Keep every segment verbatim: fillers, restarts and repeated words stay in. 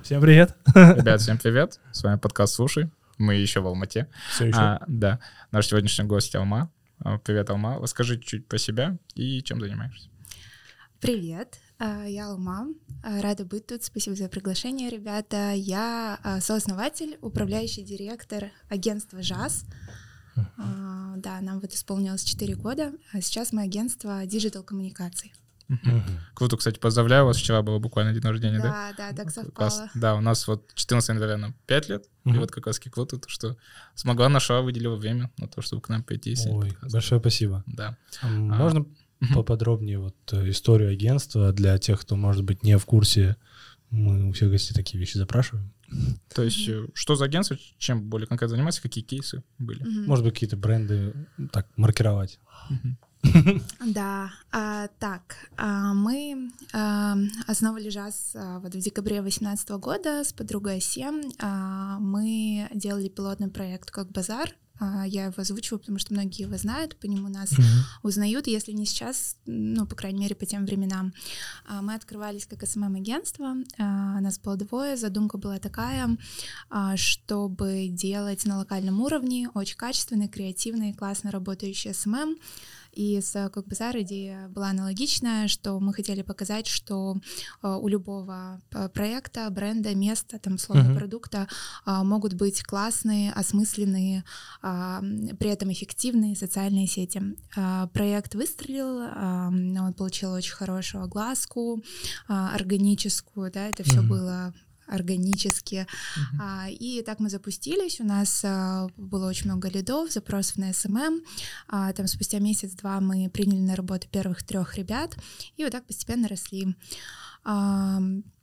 Всем привет. Ребят, всем привет. С вами подкаст «Слушай». Мы еще в Алмате. Все еще? А, да. Наш сегодняшний гость Алма. Привет, Алма. Расскажи чуть про себя и чем занимаешься. Привет, я Алма. Рада быть тут. Спасибо за приглашение, ребята. Я сооснователь, управляющий директор агентства «Жаз». Uh-huh. Да, нам вот исполнилось четыре года, а сейчас мы агентство диджитал-коммуникаций. Uh-huh. Круто, кстати, поздравляю вас. Вчера было буквально день рождения, да? Да, да, так совпало. Класс. Да, у нас вот четырнадцатого января нам пять лет, uh-huh. и вот как раз круто, то, что смогла, нашла, выделила время на то, чтобы к нам прийти. Ой, большое спасибо. Да. Можно а, поподробнее вот историю агентства для тех, кто, может быть, не в курсе? Мы у всех гостей такие вещи запрашиваем. То есть mm-hmm. что за агентство, чем более конкретно занимается, какие кейсы были? Mm-hmm. Может быть, какие-то бренды так маркировать. Mm-hmm. Да, а, так, а, мы а, основали «Жаз» а, вот в декабре две тысячи восемнадцатого года с подругой Асем. А, мы делали пилотный проект «Как базар». Я его озвучиваю, потому что многие его знают, по нему нас mm-hmm. узнают, если не сейчас, ну, по крайней мере, по тем временам. Мы открывались как эс эм эм-агентство, нас было двое, задумка была такая, чтобы делать на локальном уровне очень качественный, креативный, классно работающий эс эм эм. И с «Как базар» идея была аналогичная, что мы хотели показать, что у любого проекта, бренда, места, там, условно, uh-huh. продукта могут быть классные, осмысленные, при этом эффективные социальные сети. Проект выстрелил, он получил очень хорошую огласку, органическую, да, это все uh-huh. было органически. Uh-huh. А, и так мы запустились. У нас а, было очень много лидов, запросов на эс эм эм. А, там спустя месяц-два мы приняли на работу первых трех ребят, и вот так постепенно росли. А,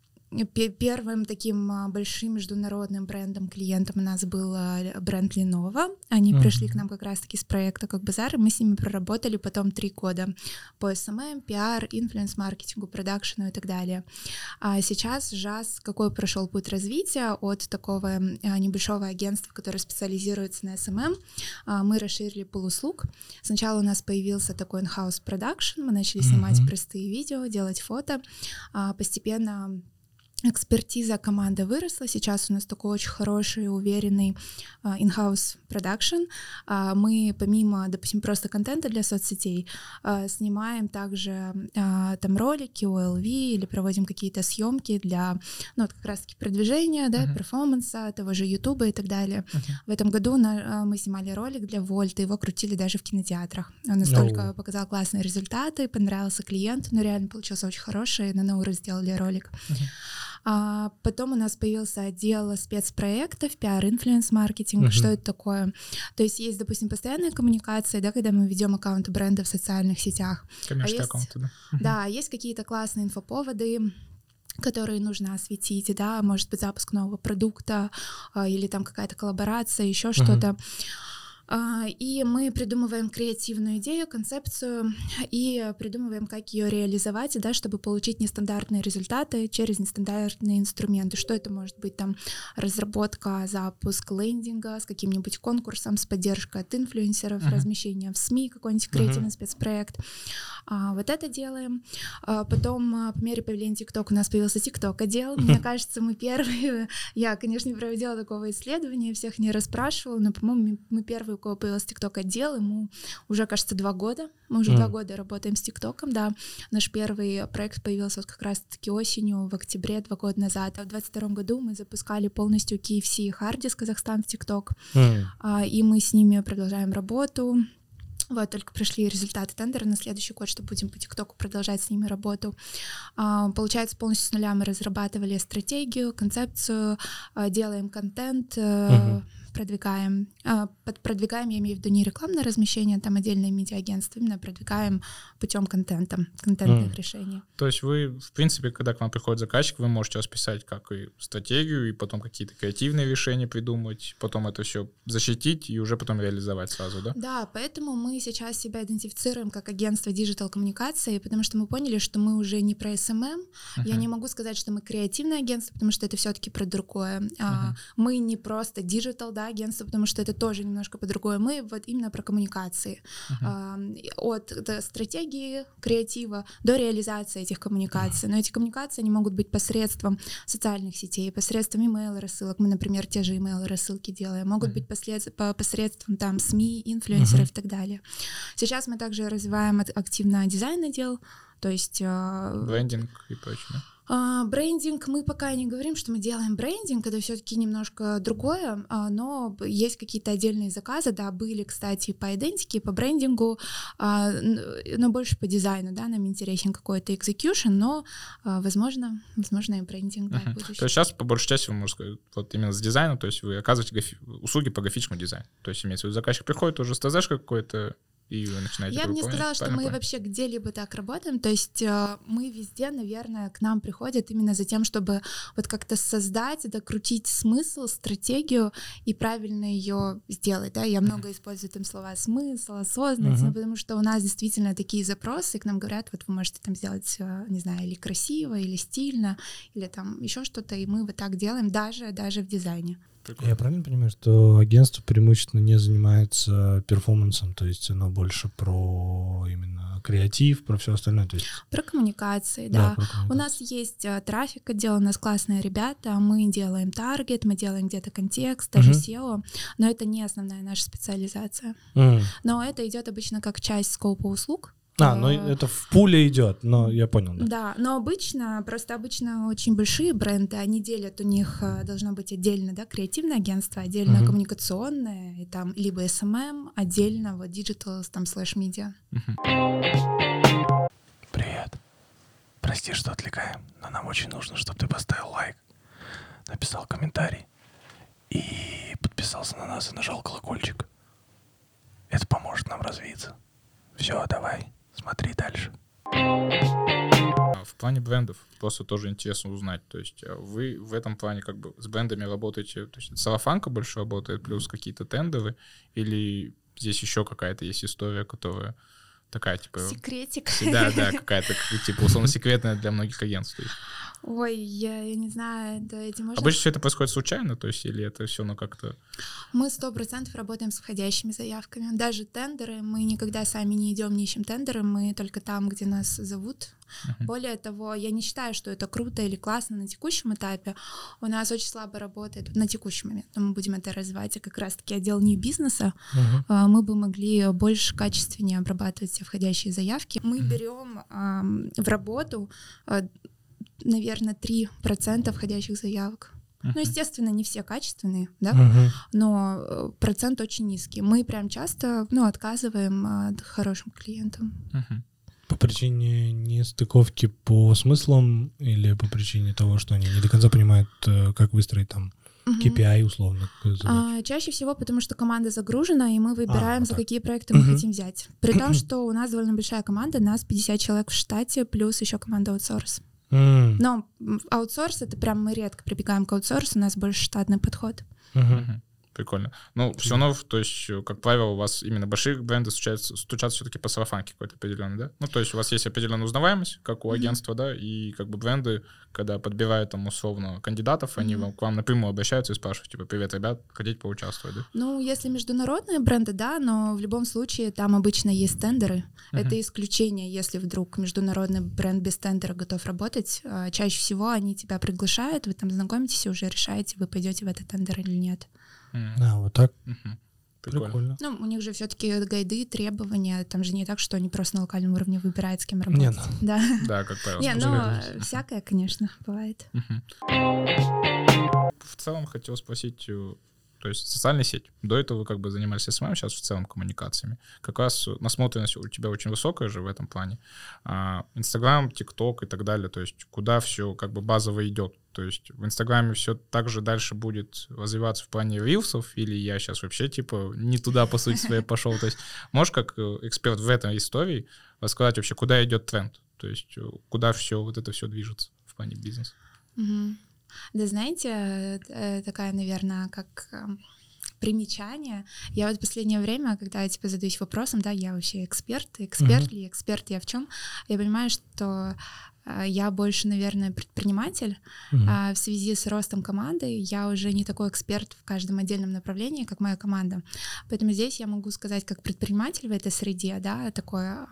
Первым таким большим международным брендом, клиентом у нас был бренд Lenovo. Они uh-huh. пришли к нам как раз-таки с проекта «Как базар», и мы с ними проработали потом три года по эс эм эм, пиар, инфлюенс-маркетингу, продакшену и так далее. А сейчас «Жаз» какой прошел путь развития от такого небольшого агентства, которое специализируется на эс эм эм. Мы расширили пул услуг. Сначала у нас появился такой in-house продакшн, мы начали снимать uh-huh. простые видео, делать фото. Постепенно экспертиза команды выросла. Сейчас у нас такой очень хороший, уверенный uh, in-house production. Uh, мы помимо, допустим, просто контента для соцсетей uh, снимаем также uh, там ролики, о эл ви или проводим какие-то съемки для, ну, вот как раз-таки продвижения, да, uh-huh. перформанса, того же Ютуба и так далее. Uh-huh. В этом году на, uh, мы снимали ролик для Вольта, его крутили даже в кинотеатрах. Он настолько no. показал классные результаты, понравился клиенту, но реально получился очень хороший, на Науру сделали ролик. Uh-huh. А потом у нас появился отдел спецпроектов, пиар, инфлюенс-маркетинг. Uh-huh. Что это такое? То есть есть, допустим, постоянная коммуникация, да, когда мы ведем аккаунты бренда в социальных сетях. Коммерческие а аккаунты, да. Uh-huh. Да, есть какие-то классные инфоповоды, которые нужно осветить, да, может быть, запуск нового продукта или там какая-то коллаборация, еще uh-huh. что-то. И мы придумываем креативную идею, концепцию и придумываем, как ее реализовать, да, чтобы получить нестандартные результаты через нестандартные инструменты. Что это может быть? Там разработка, запуск лендинга с каким-нибудь конкурсом, с поддержкой от инфлюенсеров, uh-huh. размещение в СМИ, какой-нибудь креативный uh-huh. спецпроект. А, вот это делаем. А, потом, по мере появления ТикТок, у нас появился ТикТок-отдел. Мне кажется, мы первые... Я, конечно, не проводила такого исследования, всех не расспрашивала, но, по-моему, мы первые, у кого появился ТикТок-отдел, ему уже, кажется, два года. Мы уже mm. два года работаем с ТикТоком, да. Наш первый проект появился вот как раз-таки осенью, в октябре, два года назад. А в двадцать втором году мы запускали полностью кей эф си и Хардис Казахстан в ТикТок. Mm. А, и мы с ними продолжаем работу. Вот, только пришли результаты тендера на следующий год, что будем по ТикТоку продолжать с ними работу. А, получается, полностью с нуля мы разрабатывали стратегию, концепцию, а, делаем контент, uh-huh. продвигаем. А, под продвигаем, я имею в виду не рекламное размещение, там отдельное медиа-агентство, именно продвигаем путем контента, контентных uh-huh. решений. То есть вы, в принципе, когда к вам приходит заказчик, вы можете расписать как и стратегию, и потом какие-то креативные решения придумать, потом это все защитить и уже потом реализовать сразу, да? Да, поэтому мы сейчас себя идентифицируем как агентство диджитал-коммуникации, потому что мы поняли, что мы уже не про эс эм эм. Uh-huh. Я не могу сказать, что мы креативное агентство, потому что это все-таки про другое. Uh-huh. Мы не просто диджитал, да, да, агентство, потому что это тоже немножко по-другому. Мы вот именно про коммуникации. Uh-huh. От до стратегии, креатива до реализации этих коммуникаций. Но эти коммуникации, они могут быть посредством социальных сетей, посредством email-рассылок. Мы, например, те же email-рассылки делаем. Могут uh-huh. быть послед... посредством там СМИ, инфлюенсеров uh-huh. и так далее. Сейчас мы также развиваем активно дизайн-отдел, то есть... Брендинг и прочее. Uh, брендинг, мы пока не говорим, что мы делаем брендинг, это все-таки немножко другое, uh, но есть какие-то отдельные заказы, да, были, кстати, по идентике, по брендингу, uh, но больше по дизайну, да, нам интересен какой-то execution, но, uh, возможно, возможно, и брендинг, да, uh-huh. в будущем. То есть сейчас, по большей части, вы можете сказать, вот именно с дизайном, то есть вы оказываете графи- услуги по графическому дизайну, то есть имеется в виду, заказчик приходит, уже с ТЗ какой-то, и вы начинаете... Я бы не сказала, что мы понял? вообще где-либо так работаем, то есть э, мы везде, наверное, к нам приходят именно за тем, чтобы вот как-то создать, докрутить смысл, стратегию и правильно ее сделать, да, я много использую там слова смысл, осознанность, uh-huh. ну, потому что у нас действительно такие запросы, к нам говорят, вот вы можете там сделать, не знаю, или красиво, или стильно, или там еще что-то, и мы вот так делаем даже, даже в дизайне. Прикольно. Я правильно понимаю, что агентство преимущественно не занимается перформансом, то есть оно больше про именно креатив, про все остальное? То есть... Про коммуникации, да. да. Про коммуникации. У нас есть uh, трафик отдел, у нас классные ребята, мы делаем таргет, мы делаем где-то контекст, даже uh-huh. сео, но это не основная наша специализация. Uh-huh. Но это идет обычно как часть скопа услуг. А, ну это в пуле идет, но я понял. Да. да, но обычно, просто обычно очень большие бренды, они делят, у них должно быть отдельно, да, креативное агентство, отдельно uh-huh. коммуникационное, и там либо эс эм эм, отдельно вот digital, там слэш медиа. Uh-huh. Привет. Прости, что отвлекаем, но нам очень нужно, чтобы ты поставил лайк, написал комментарий и подписался на нас и нажал колокольчик. Это поможет нам развиться. Все, давай. Смотри дальше. В плане брендов просто тоже интересно узнать. То есть вы в этом плане как бы с брендами работаете, то есть сарафанка больше работает, плюс какие-то тендеры, или здесь еще какая-то есть история, которая такая, типа... Секретик. Да, да, какая-то, типа, условно секретная для многих агентств. Ой, я, я не знаю, да, эти можно... Обычно все это происходит случайно, то есть, или это все, ну, как-то... Мы сто процентов работаем с входящими заявками. Даже тендеры, мы никогда сами не идем, не ищем тендеры, мы только там, где нас зовут. Uh-huh. Более того, я не считаю, что это круто или классно на текущем этапе. У нас очень слабо работает на текущий момент, но мы будем это развивать, и как раз-таки отдел нью-бизнеса, uh-huh. мы бы могли больше, качественнее обрабатывать все входящие заявки. Мы uh-huh. берем э, в работу, э, наверное, три процента входящих заявок. Uh-huh. Ну, естественно, не все качественные, да, uh-huh. но процент очень низкий. Мы прям часто, ну, отказываем э, хорошим клиентам. Uh-huh. По причине нестыковки по смыслам или по причине того, что они не до конца понимают, как выстроить там uh-huh. кей пи ай условно? А, чаще всего потому, что команда загружена, и мы выбираем, а, вот за какие проекты мы uh-huh. хотим взять. При том, что у нас довольно большая команда, нас пятьдесят человек в штате, плюс еще команда аутсорс. Mm. Но аутсорс — это прям мы редко прибегаем к аутсорсу, у нас больше штатный подход. Uh-huh. Прикольно. Ну, все равно, то есть, как правило, у вас именно большие бренды стучатся, стучатся все-таки по сарафанке какой-то определенный, да? Ну, то есть у вас есть определенная узнаваемость, как у mm-hmm. агентства, да, и как бы бренды, когда подбирают там условно кандидатов, mm-hmm. они вам, к вам напрямую обращаются и спрашивают, типа, привет, ребят, хотите поучаствовать, да? Ну, если международные бренды, да, но в любом случае там обычно есть тендеры. Mm-hmm. Это исключение, если вдруг международный бренд без тендера готов работать. Чаще всего они тебя приглашают, вы там знакомитесь и уже решаете, вы пойдете в этот тендер или нет. Mm. А, вот так? Uh-huh. Прикольно. Прикольно. Ну, у них же все-таки гайды, требования, там же не так, что они просто на локальном уровне выбирают, с кем работать. Нет. Да. Да, как правило. Не, ну, всякое, конечно, бывает. Uh-huh. В целом хотел спросить, то есть социальная сеть. До этого вы как бы занимались эс эм эм, сейчас в целом коммуникациями. Как раз насмотренность у тебя очень высокая же в этом плане. Инстаграм, ТикТок и так далее. То есть куда все как бы базово идет. То есть в Инстаграме все так же дальше будет развиваться в плане рилсов, или я сейчас вообще типа не туда по сути своей пошел. То есть можешь как эксперт в этой истории рассказать вообще, куда идет тренд? То есть куда все вот это все движется в плане бизнеса? Угу. Да, знаете, такая, наверное, как примечание. Я вот в последнее время, когда я типа задаюсь вопросом, да, я вообще эксперт, эксперт uh-huh. ли, эксперт я в чем, я понимаю, что я больше, наверное, предприниматель. Mm-hmm. В связи с ростом команды я уже не такой эксперт в каждом отдельном направлении, как моя команда. Поэтому здесь я могу сказать, как предприниматель в этой среде, да, такое...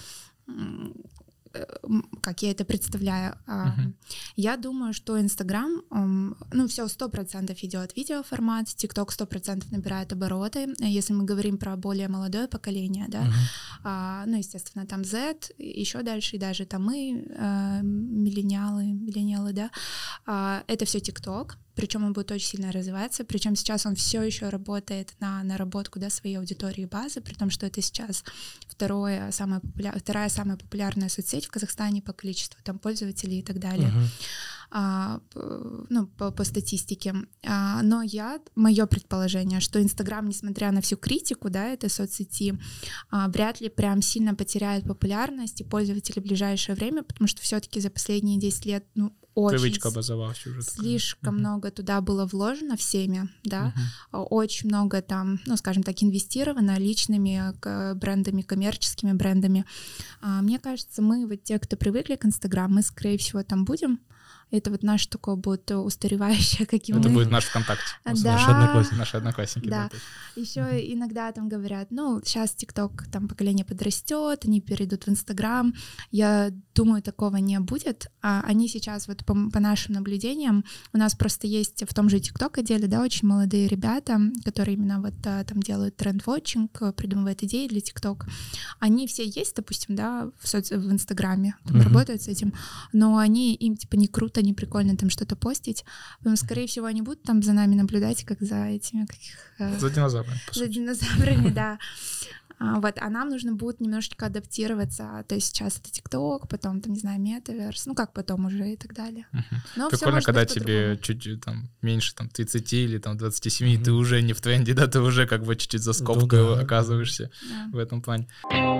как я это представляю. Uh-huh. Я думаю, что Инстаграм, ну, все сто процентов идет видеоформат, ТикТок сто процентов набирает обороты, если мы говорим про более молодое поколение, да, uh-huh. а, ну, естественно, там Z, еще дальше, и даже там мы, а, миллениалы, миллениалы, да, а, это все ТикТок, причем он будет очень сильно развиваться, причем сейчас он все еще работает на наработку, да, своей аудитории и базы, при том, что это сейчас второе, самое популя... вторая самая популярная соцсеть в Казахстане по количеству там пользователей и так далее. Uh-huh. А, ну, по, по статистике. А, но я, мое предположение, что Инстаграм, несмотря на всю критику, да, этой соцсети, а, вряд ли прям сильно потеряет популярность и пользователей в ближайшее время, потому что все-таки за последние десять лет, ну, очень привычка образовалась уже. Слишком uh-huh. много туда было вложено всеми, да, uh-huh. очень много там, ну, скажем так, инвестировано личными брендами, коммерческими брендами. А, мне кажется, мы вот те, кто привыкли к Инстаграму, мы, скорее всего, там будем. Это вот наш такой будет устаревающий, каким Это мы... будет наш ВКонтакте. Да. Наши одноклассники. Наши одноклассники. Да. Еще mm-hmm. иногда там говорят, ну, сейчас ТикТок, там поколение подрастет, они перейдут в Инстаграм. Я думаю, такого не будет. А они сейчас, вот по, по нашим наблюдениям, у нас просто есть в том же ТикТок отделе, да, очень молодые ребята, которые именно вот там делают тренд-вотчинг, придумывают идеи для ТикТок. Они все есть, допустим, да, в, соц... в Инстаграме, там mm-hmm. работают с этим, но они, им типа не круто, не прикольно там что-то постить. Поэтому, скорее всего, они будут там за нами наблюдать, как за этими каких... За динозаврами. За динозаврами, да. А, вот, а нам нужно будет немножечко адаптироваться. То есть сейчас это ТикТок, потом, там, не знаю, метаверс, ну как потом уже и так далее. Uh-huh. Прикольно, когда тебе чуть там меньше там тридцати или там двадцати семи, uh-huh. ты уже не в тренде, да, ты уже как бы чуть-чуть за скобкой ну, да, оказываешься да. в этом плане.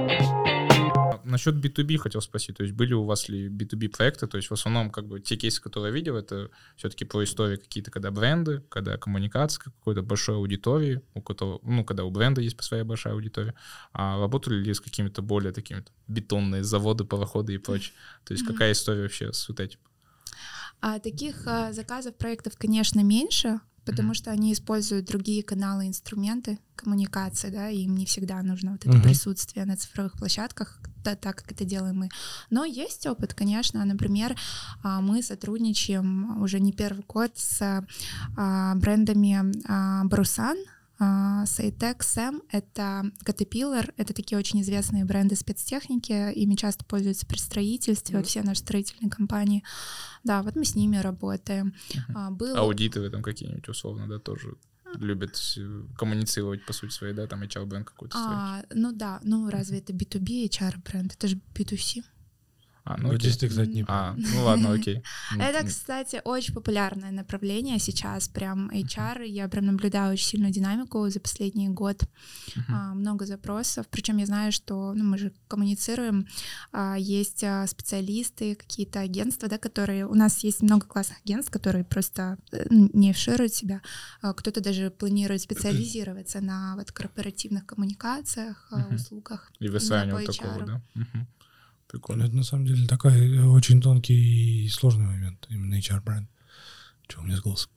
Насчет би ту би хотел спросить, то есть были у вас ли би ту би проекты, то есть в основном как бы те кейсы, которые я видел, это все-таки про истории какие-то, когда бренды, когда коммуникация какой-то большой аудитории, у которого, ну, когда у бренда есть своя большая аудитория, а работали ли с какими-то более такими бетонные заводы, пароходы и прочее, то есть mm-hmm. какая история вообще с вот этим? А, таких а, заказов, проектов, конечно, меньше, потому mm-hmm. что они используют другие каналы, инструменты коммуникации, да, и им не всегда нужно вот это mm-hmm. присутствие на цифровых площадках, да, так, как это делаем мы. Но есть опыт, конечно. Например, мы сотрудничаем уже не первый год с брендами Брусан, Сейтек, Сэм, это Caterpillar, это такие очень известные бренды спецтехники, ими часто пользуются при строительстве, mm-hmm. вот все наши строительные компании. Да, вот мы с ними работаем. Uh-huh. Был... Аудиты в этом какие-нибудь условно, да, тоже любят коммуницировать по сути своей, да, там эйч ар-бренд какой-то а, ну да, ну разве это би ту би эйч ар-бренд? Это же би ту си. А, ну вот здесь ты, кстати, не а, ну ладно, окей. Это, кстати, очень популярное направление сейчас, прям эйч ар, я прям наблюдаю очень сильную динамику за последний год, uh-huh. а, много запросов, причем я знаю, что, ну, мы же коммуницируем, а, есть а, специалисты, какие-то агентства, да, которые, у нас есть много классных агентств, которые просто не афишируют себя, а, кто-то даже планирует специализироваться на вот корпоративных коммуникациях, uh-huh. услугах. И выстраивание вот такого, да? Uh-huh. Прикольно. Это на самом деле такой очень тонкий и сложный момент, именно эйч ар-бренд. Чего у меня с голосом?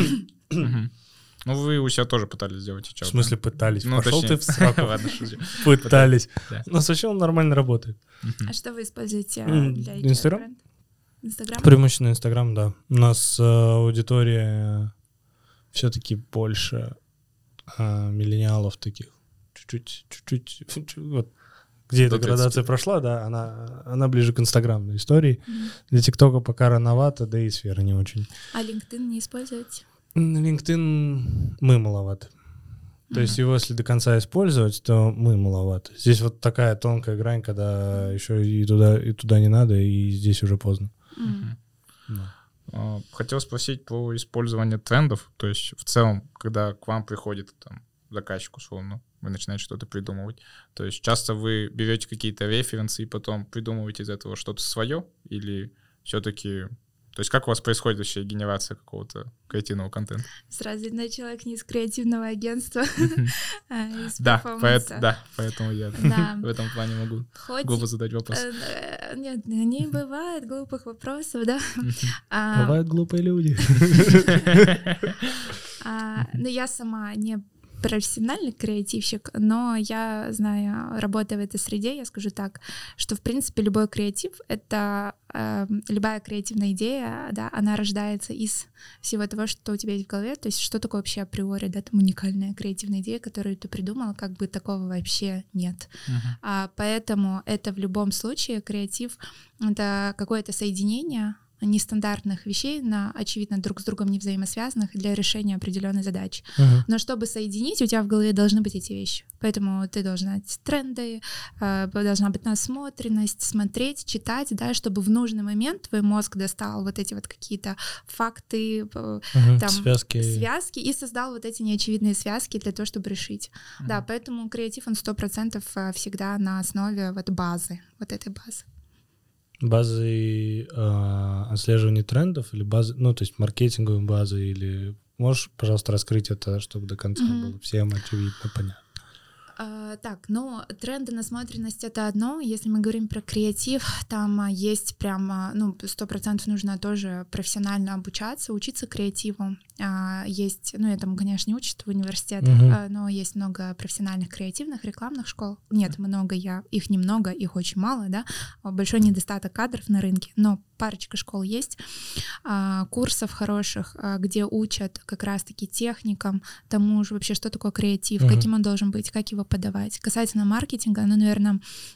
Ну, вы у себя тоже пытались сделать эйч ар. В смысле пытались? Ну, Пошел точнее. ты в сраку. Ладно, Пытались. Но сначала нормально работает. А что вы используете для эйч ар? Инстаграм? Инстаграм? Преимущественно Инстаграм, да. У нас аудитория все-таки больше миллениалов таких. Чуть-чуть, чуть-чуть, вот. Где эта градация прошла, да, она, она ближе к инстаграмной истории. Mm-hmm. Для ТикТока пока рановато, да и сфера не очень. А LinkedIn не используете? LinkedIn мы маловато. Mm-hmm. То есть его, если до конца использовать, то мы маловато. Здесь вот такая тонкая грань, когда mm-hmm. еще и туда, и туда не надо, и здесь уже поздно. Mm-hmm. Да. Хотел спросить про использование трендов. То есть в целом, когда к вам приходит там заказчик, условно, вы начинаете что-то придумывать. То есть часто вы берете какие-то референсы и потом придумываете из этого что-то свое, или все-таки, то То есть как у вас происходит вообще генерация какого-то креативного контента? Сразу видно, человек не из креативного агентства, а из Да, перформанса. да, поэтому я Да. в этом плане могу Хоть, глупо задать вопрос. э, Нет, не бывает глупых вопросов, да. А, Бывают глупые люди. а, Ну, я сама не профессиональный креативщик, но я знаю, работая в этой среде, я скажу так, что, в принципе, любой креатив — это э, любая креативная идея, да, она рождается из всего того, что у тебя есть в голове, то есть что такое вообще априори, да, там уникальная креативная идея, которую ты придумал, как бы такого вообще нет. Мгм. А, поэтому это в любом случае креатив — это какое-то соединение нестандартных вещей, на, очевидно, друг с другом не взаимосвязанных для решения определенной задачи. Мгм. Но чтобы соединить, у тебя в голове должны быть эти вещи. Поэтому ты должна знать тренды, э, должна быть насмотренность, смотреть, читать, да, чтобы в нужный момент твой мозг достал вот эти вот какие-то факты, э, Мгм. там, Связки. связки и создал вот эти неочевидные связки для того, чтобы решить. Мгм. Да, поэтому креатив, он сто процентов всегда на основе вот базы, вот этой базы. Базы э, отслеживания трендов или базы, ну, то есть маркетинговые базы, или можешь, пожалуйста, раскрыть это, чтобы до конца Мгм. было всем очевидно, понятно. А, так, ну, тренды, насмотренность — это одно. Если мы говорим про креатив, там а, есть прямо, ну, сто процентов нужно тоже профессионально обучаться, учиться креативу. А, есть, ну, этому, конечно, не учат в университетах, Мгм. а, но есть много профессиональных креативных рекламных школ. Нет, много, я, их немного, их очень мало, да, а, большой недостаток кадров на рынке, но парочка школ есть, а, курсов хороших, а, где учат как раз-таки техникам, тому же вообще, что такое креатив, Мгм. каким он должен быть, как его подавать. Касательно маркетинга, ну, наверное,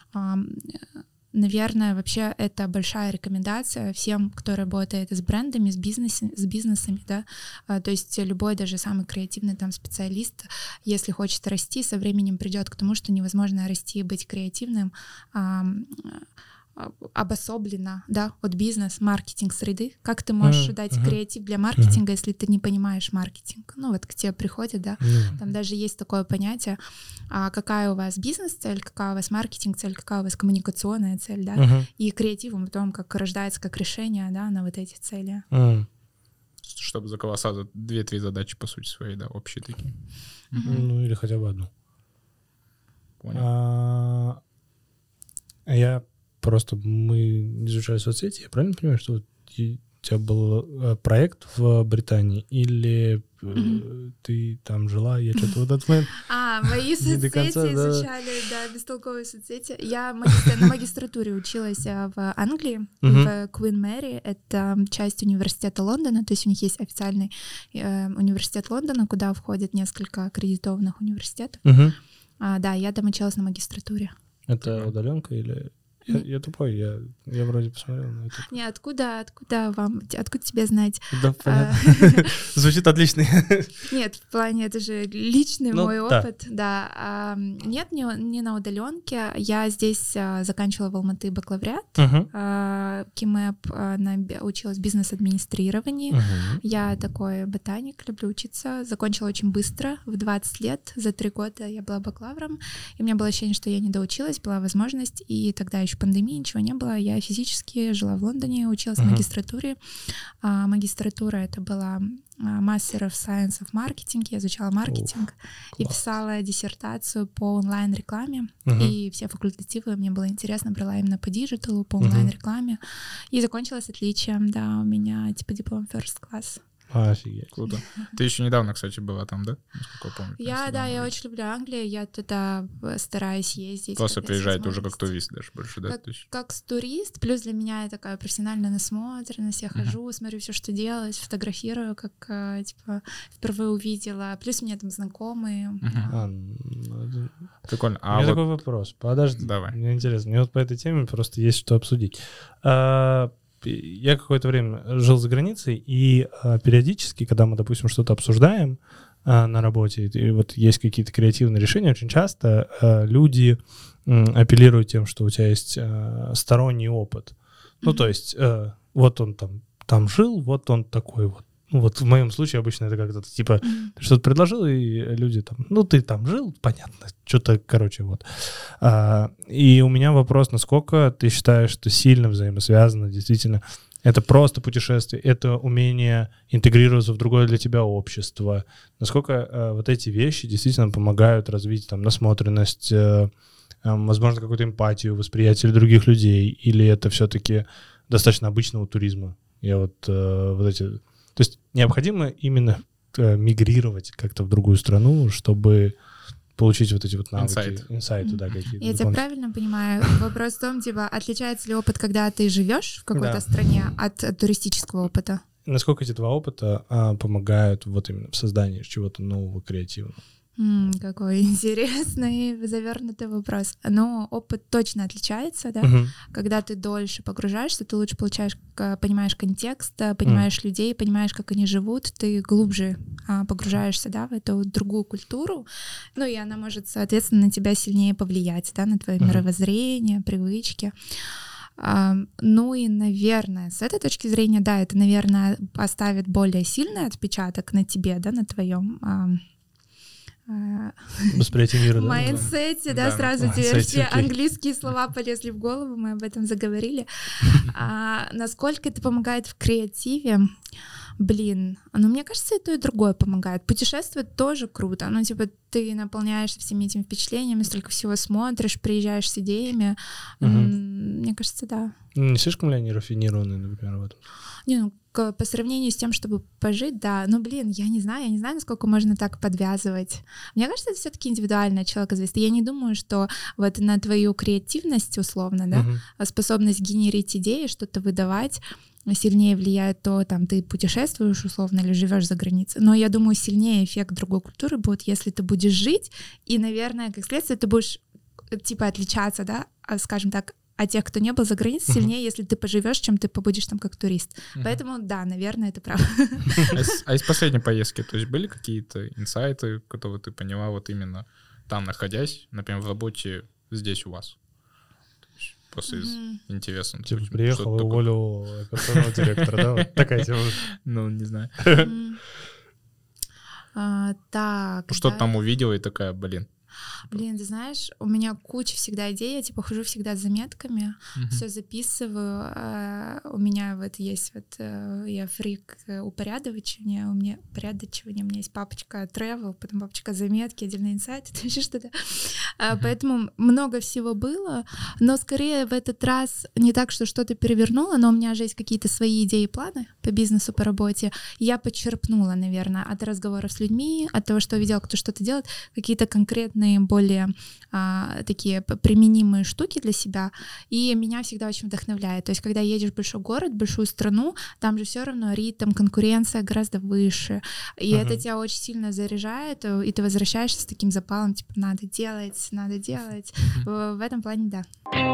наверное, вообще это большая рекомендация всем, кто работает с брендами, с, бизнес, с бизнесами, да, А, то есть любой, даже самый креативный там специалист, если хочет расти, со временем придет к тому, что невозможно расти и быть креативным, ам, а, обособленно, да, от бизнес, маркетинг среды. Как ты можешь Мгм, дать мгм. креатив для маркетинга, если ты не понимаешь маркетинг? Ну вот к тебе приходят, да, Ну, там даже есть такое понятие, а какая у вас бизнес-цель, какая у вас маркетинг-цель, какая у вас коммуникационная цель, да, мгм. и креативом потом как рождается как решение, да, на вот эти цели. М. Чтобы закрывать сразу две-три задачи, по сути, свои, да, общие такие. Мгм. Ну, или хотя бы одну. Понял. А, Я просто, мы изучали соцсети, я правильно понимаю, что вот и- у тебя был э, проект в Британии, или э, Мгм. ты там жила, я что-то в этот момент... А, мои Не до соцсети конца, да. изучали, да, бестолковые соцсети. Я магистр- на магистратуре училась а, в Англии, Мгм. в Queen Mary. Это часть университета Лондона, то есть у них есть официальный э, университет Лондона, куда входит несколько аккредитованных университетов. Мгм. А, да, я там училась на магистратуре. Это удаленка или... Я, я тупой, я, я вроде посмотрел на это. Не, откуда, откуда вам, откуда тебе знать? Да, А, понятно. Звучит отлично. Нет, в плане, это же личный Ну, мой да. опыт, да. А, нет, не, не на удаленке. Я здесь а, заканчивала в Алматы бакалавриат. Мгм. а, КИМЭП, а, на, би- училась в бизнес-администрировании. Мгм. Я такой ботаник, люблю учиться. Закончила очень быстро, в двадцать лет. За три года я была бакалавром. И у меня было ощущение, что я не доучилась, была возможность. И тогда еще пандемии, ничего не было. Я физически жила в Лондоне, училась Мгм. в магистратуре. А, магистратура — это была а, Master of Science of Marketing. Я изучала маркетинг и класс. писала диссертацию по онлайн-рекламе. Мгм. И все факультативы мне было интересно, брала именно по диджиталу, по Мгм. онлайн-рекламе. И закончила с отличием, да, у меня типа диплом first class. Офигеть. Круто. Ты еще недавно, кстати, была там, да? Насколько я помню. Я, Если да, я говорить. очень люблю Англию, я туда э, стараюсь ездить. Просто когда есть приезжает уже как возможность. турист даже больше, да? Как, То есть- как с турист, плюс для меня это такая профессиональная насмотренность. Я Мгм. хожу, смотрю все, что делать, фотографирую, как э, типа впервые увидела. Плюс у меня там знакомые. Мгм. А, ну, это- Прикольно. У А меня вот такой вопрос. Подожди. Давай. Мне интересно. Мне вот по этой теме просто есть что обсудить. А, Я какое-то время жил за границей, и а, периодически, когда мы, допустим, что-то обсуждаем а, на работе, и вот есть какие-то креативные решения, очень часто а, люди м, апеллируют тем, что у тебя есть а, сторонний опыт. Ну, Мгм. то есть а, вот он там, там жил, вот он такой вот. Ну, вот в моем случае обычно это как-то типа Мгм. ты что-то предложил, и люди там, ну, ты там жил, понятно, что-то, короче, вот. А, и у меня вопрос, насколько ты считаешь, что сильно взаимосвязано действительно это просто путешествие, это умение интегрироваться в другое для тебя общество. Насколько э, вот эти вещи действительно помогают развить там насмотренность, э, э, возможно, какую-то эмпатию, восприятие других людей, или это все-таки достаточно обычного туризма? Я вот, э, вот эти... То есть необходимо именно э, мигрировать как-то в другую страну, чтобы получить вот эти вот навыки, Инсайт. инсайты, да, какие-то. Я тебя правильно понимаю? Вопрос в том, типа, отличается ли опыт, когда ты живешь в какой-то Да. стране, от туристического опыта? Насколько эти два опыта а, помогают вот именно в создании чего-то нового, креативного? М, какой интересный, завернутый вопрос. Но опыт точно отличается, да? Мгм. Когда ты дольше погружаешься, ты лучше получаешь, к- понимаешь контекст, э, понимаешь людей, понимаешь, как они живут, ты глубже а, погружаешься, да, в эту другую культуру, ну и она может, соответственно, на тебя сильнее повлиять, да, на твое Мгм. мировоззрение, привычки. А, ну и, наверное, с этой точки зрения, да, это, наверное, оставит более сильный отпечаток на тебе, да, на твоем Восприятие мира, да? майндсете, да, Да. сразу тебе Майндсете, все окей. английские слова полезли в голову, мы об этом заговорили. А, насколько это помогает в креативе? Блин, ну мне кажется, и то, и другое помогает. Путешествовать тоже круто. Ну, типа, ты наполняешься всеми этими впечатлениями, столько всего смотришь, приезжаешь с идеями. Мгм. М, Мне кажется, да. Ну, не слишком ли они рафинированные, например, в этом? Не, ну, к- по сравнению с тем, чтобы пожить, да. Ну, блин, я не знаю, я не знаю, насколько можно так подвязывать. Мне кажется, это все-таки индивидуально от человека зависит. Я не думаю, что вот на твою креативность, условно, да, Мгм. способность генерить идеи, что-то выдавать, сильнее влияет то, там, ты путешествуешь, условно, или живешь за границей. Но я думаю, сильнее эффект другой культуры будет, если ты будешь жить, и, наверное, как следствие, ты будешь, э, типа, отличаться, да, а, скажем так, от тех, кто не был за границей, Мгм. сильнее, если ты поживешь, чем ты побудешь там как турист. Мгм. Поэтому, да, наверное, это правда. А из, а из последней поездки, то есть были какие-то инсайты, которые ты поняла вот именно там находясь, например, в работе здесь у вас? То есть просто из Мгм. интереса. ну, Типа что-то приехал и такое. уволил операционного директора, да? Вот такая тема. Ну, не знаю. М. А, Так, Ну, что да. там увидела и такая, блин. Блин, ты знаешь, у меня куча всегда идей, я типа хожу всегда с заметками, Мгм. все записываю. а, У меня вот есть вот, э, я фрик э, упорядочивания, у меня упорядочивание, у меня есть папочка travel, потом папочка заметки, отдельный инсайт, это еще что-то. А, Поэтому много всего было, но скорее в этот раз не так, что что-то перевернуло, но у меня же есть какие-то свои идеи и планы по бизнесу, по работе. Я подчерпнула, наверное, от разговоров с людьми, от того, что увидела, кто что-то делает, какие-то конкретные, более а, такие п- применимые штуки для себя, и меня всегда очень вдохновляет. То есть, когда едешь в большой город, в большую страну, там же все равно ритм, конкуренция гораздо выше, и Мгм. это тебя очень сильно заряжает, э, и ты возвращаешься с таким запалом, типа, надо делать, надо делать. В, в этом плане, да.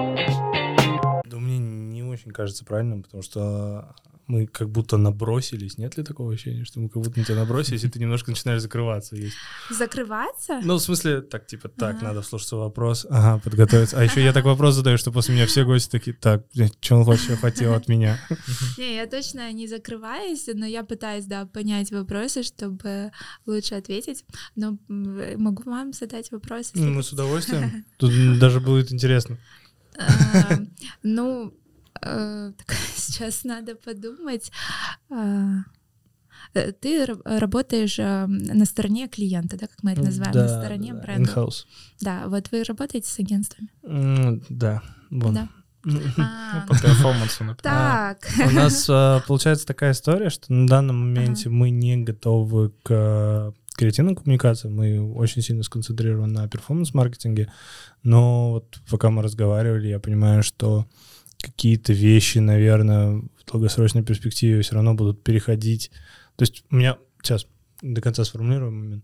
Да мне не очень кажется правильным, потому что мы как будто набросились. Нет ли такого ощущения, что мы как будто на тебя набросились, и ты немножко начинаешь закрываться? Есть. Закрываться? Ну, в смысле, так, типа, так, Ага. надо вслушаться в вопрос, ага, подготовиться. А еще я так вопрос задаю, что после меня все гости такие, так, что он вообще хотел от меня? Не, я точно не закрываюсь, но я пытаюсь, да, понять вопросы, чтобы лучше ответить. Но м, могу вам задать вопрос. если Мы с удовольствием. Тут даже будет интересно. А, Ну, э, так, сейчас надо подумать. А, э, Ты ра- работаешь а, на стороне клиента, да, как мы это называем, на Да, стороне да, бренда. in-house. Да, вот вы работаете с агентствами, М, Да, вон. да? А, По перформансу, например. Так. У нас а, получается такая история, что на данном моменте мы не готовы к а, креативным коммуникациям, мы очень сильно сконцентрированы на перформанс-маркетинге, но вот пока мы разговаривали, я понимаю, что какие-то вещи, наверное, в долгосрочной перспективе все равно будут переходить. То есть у меня, сейчас до конца сформулирую момент,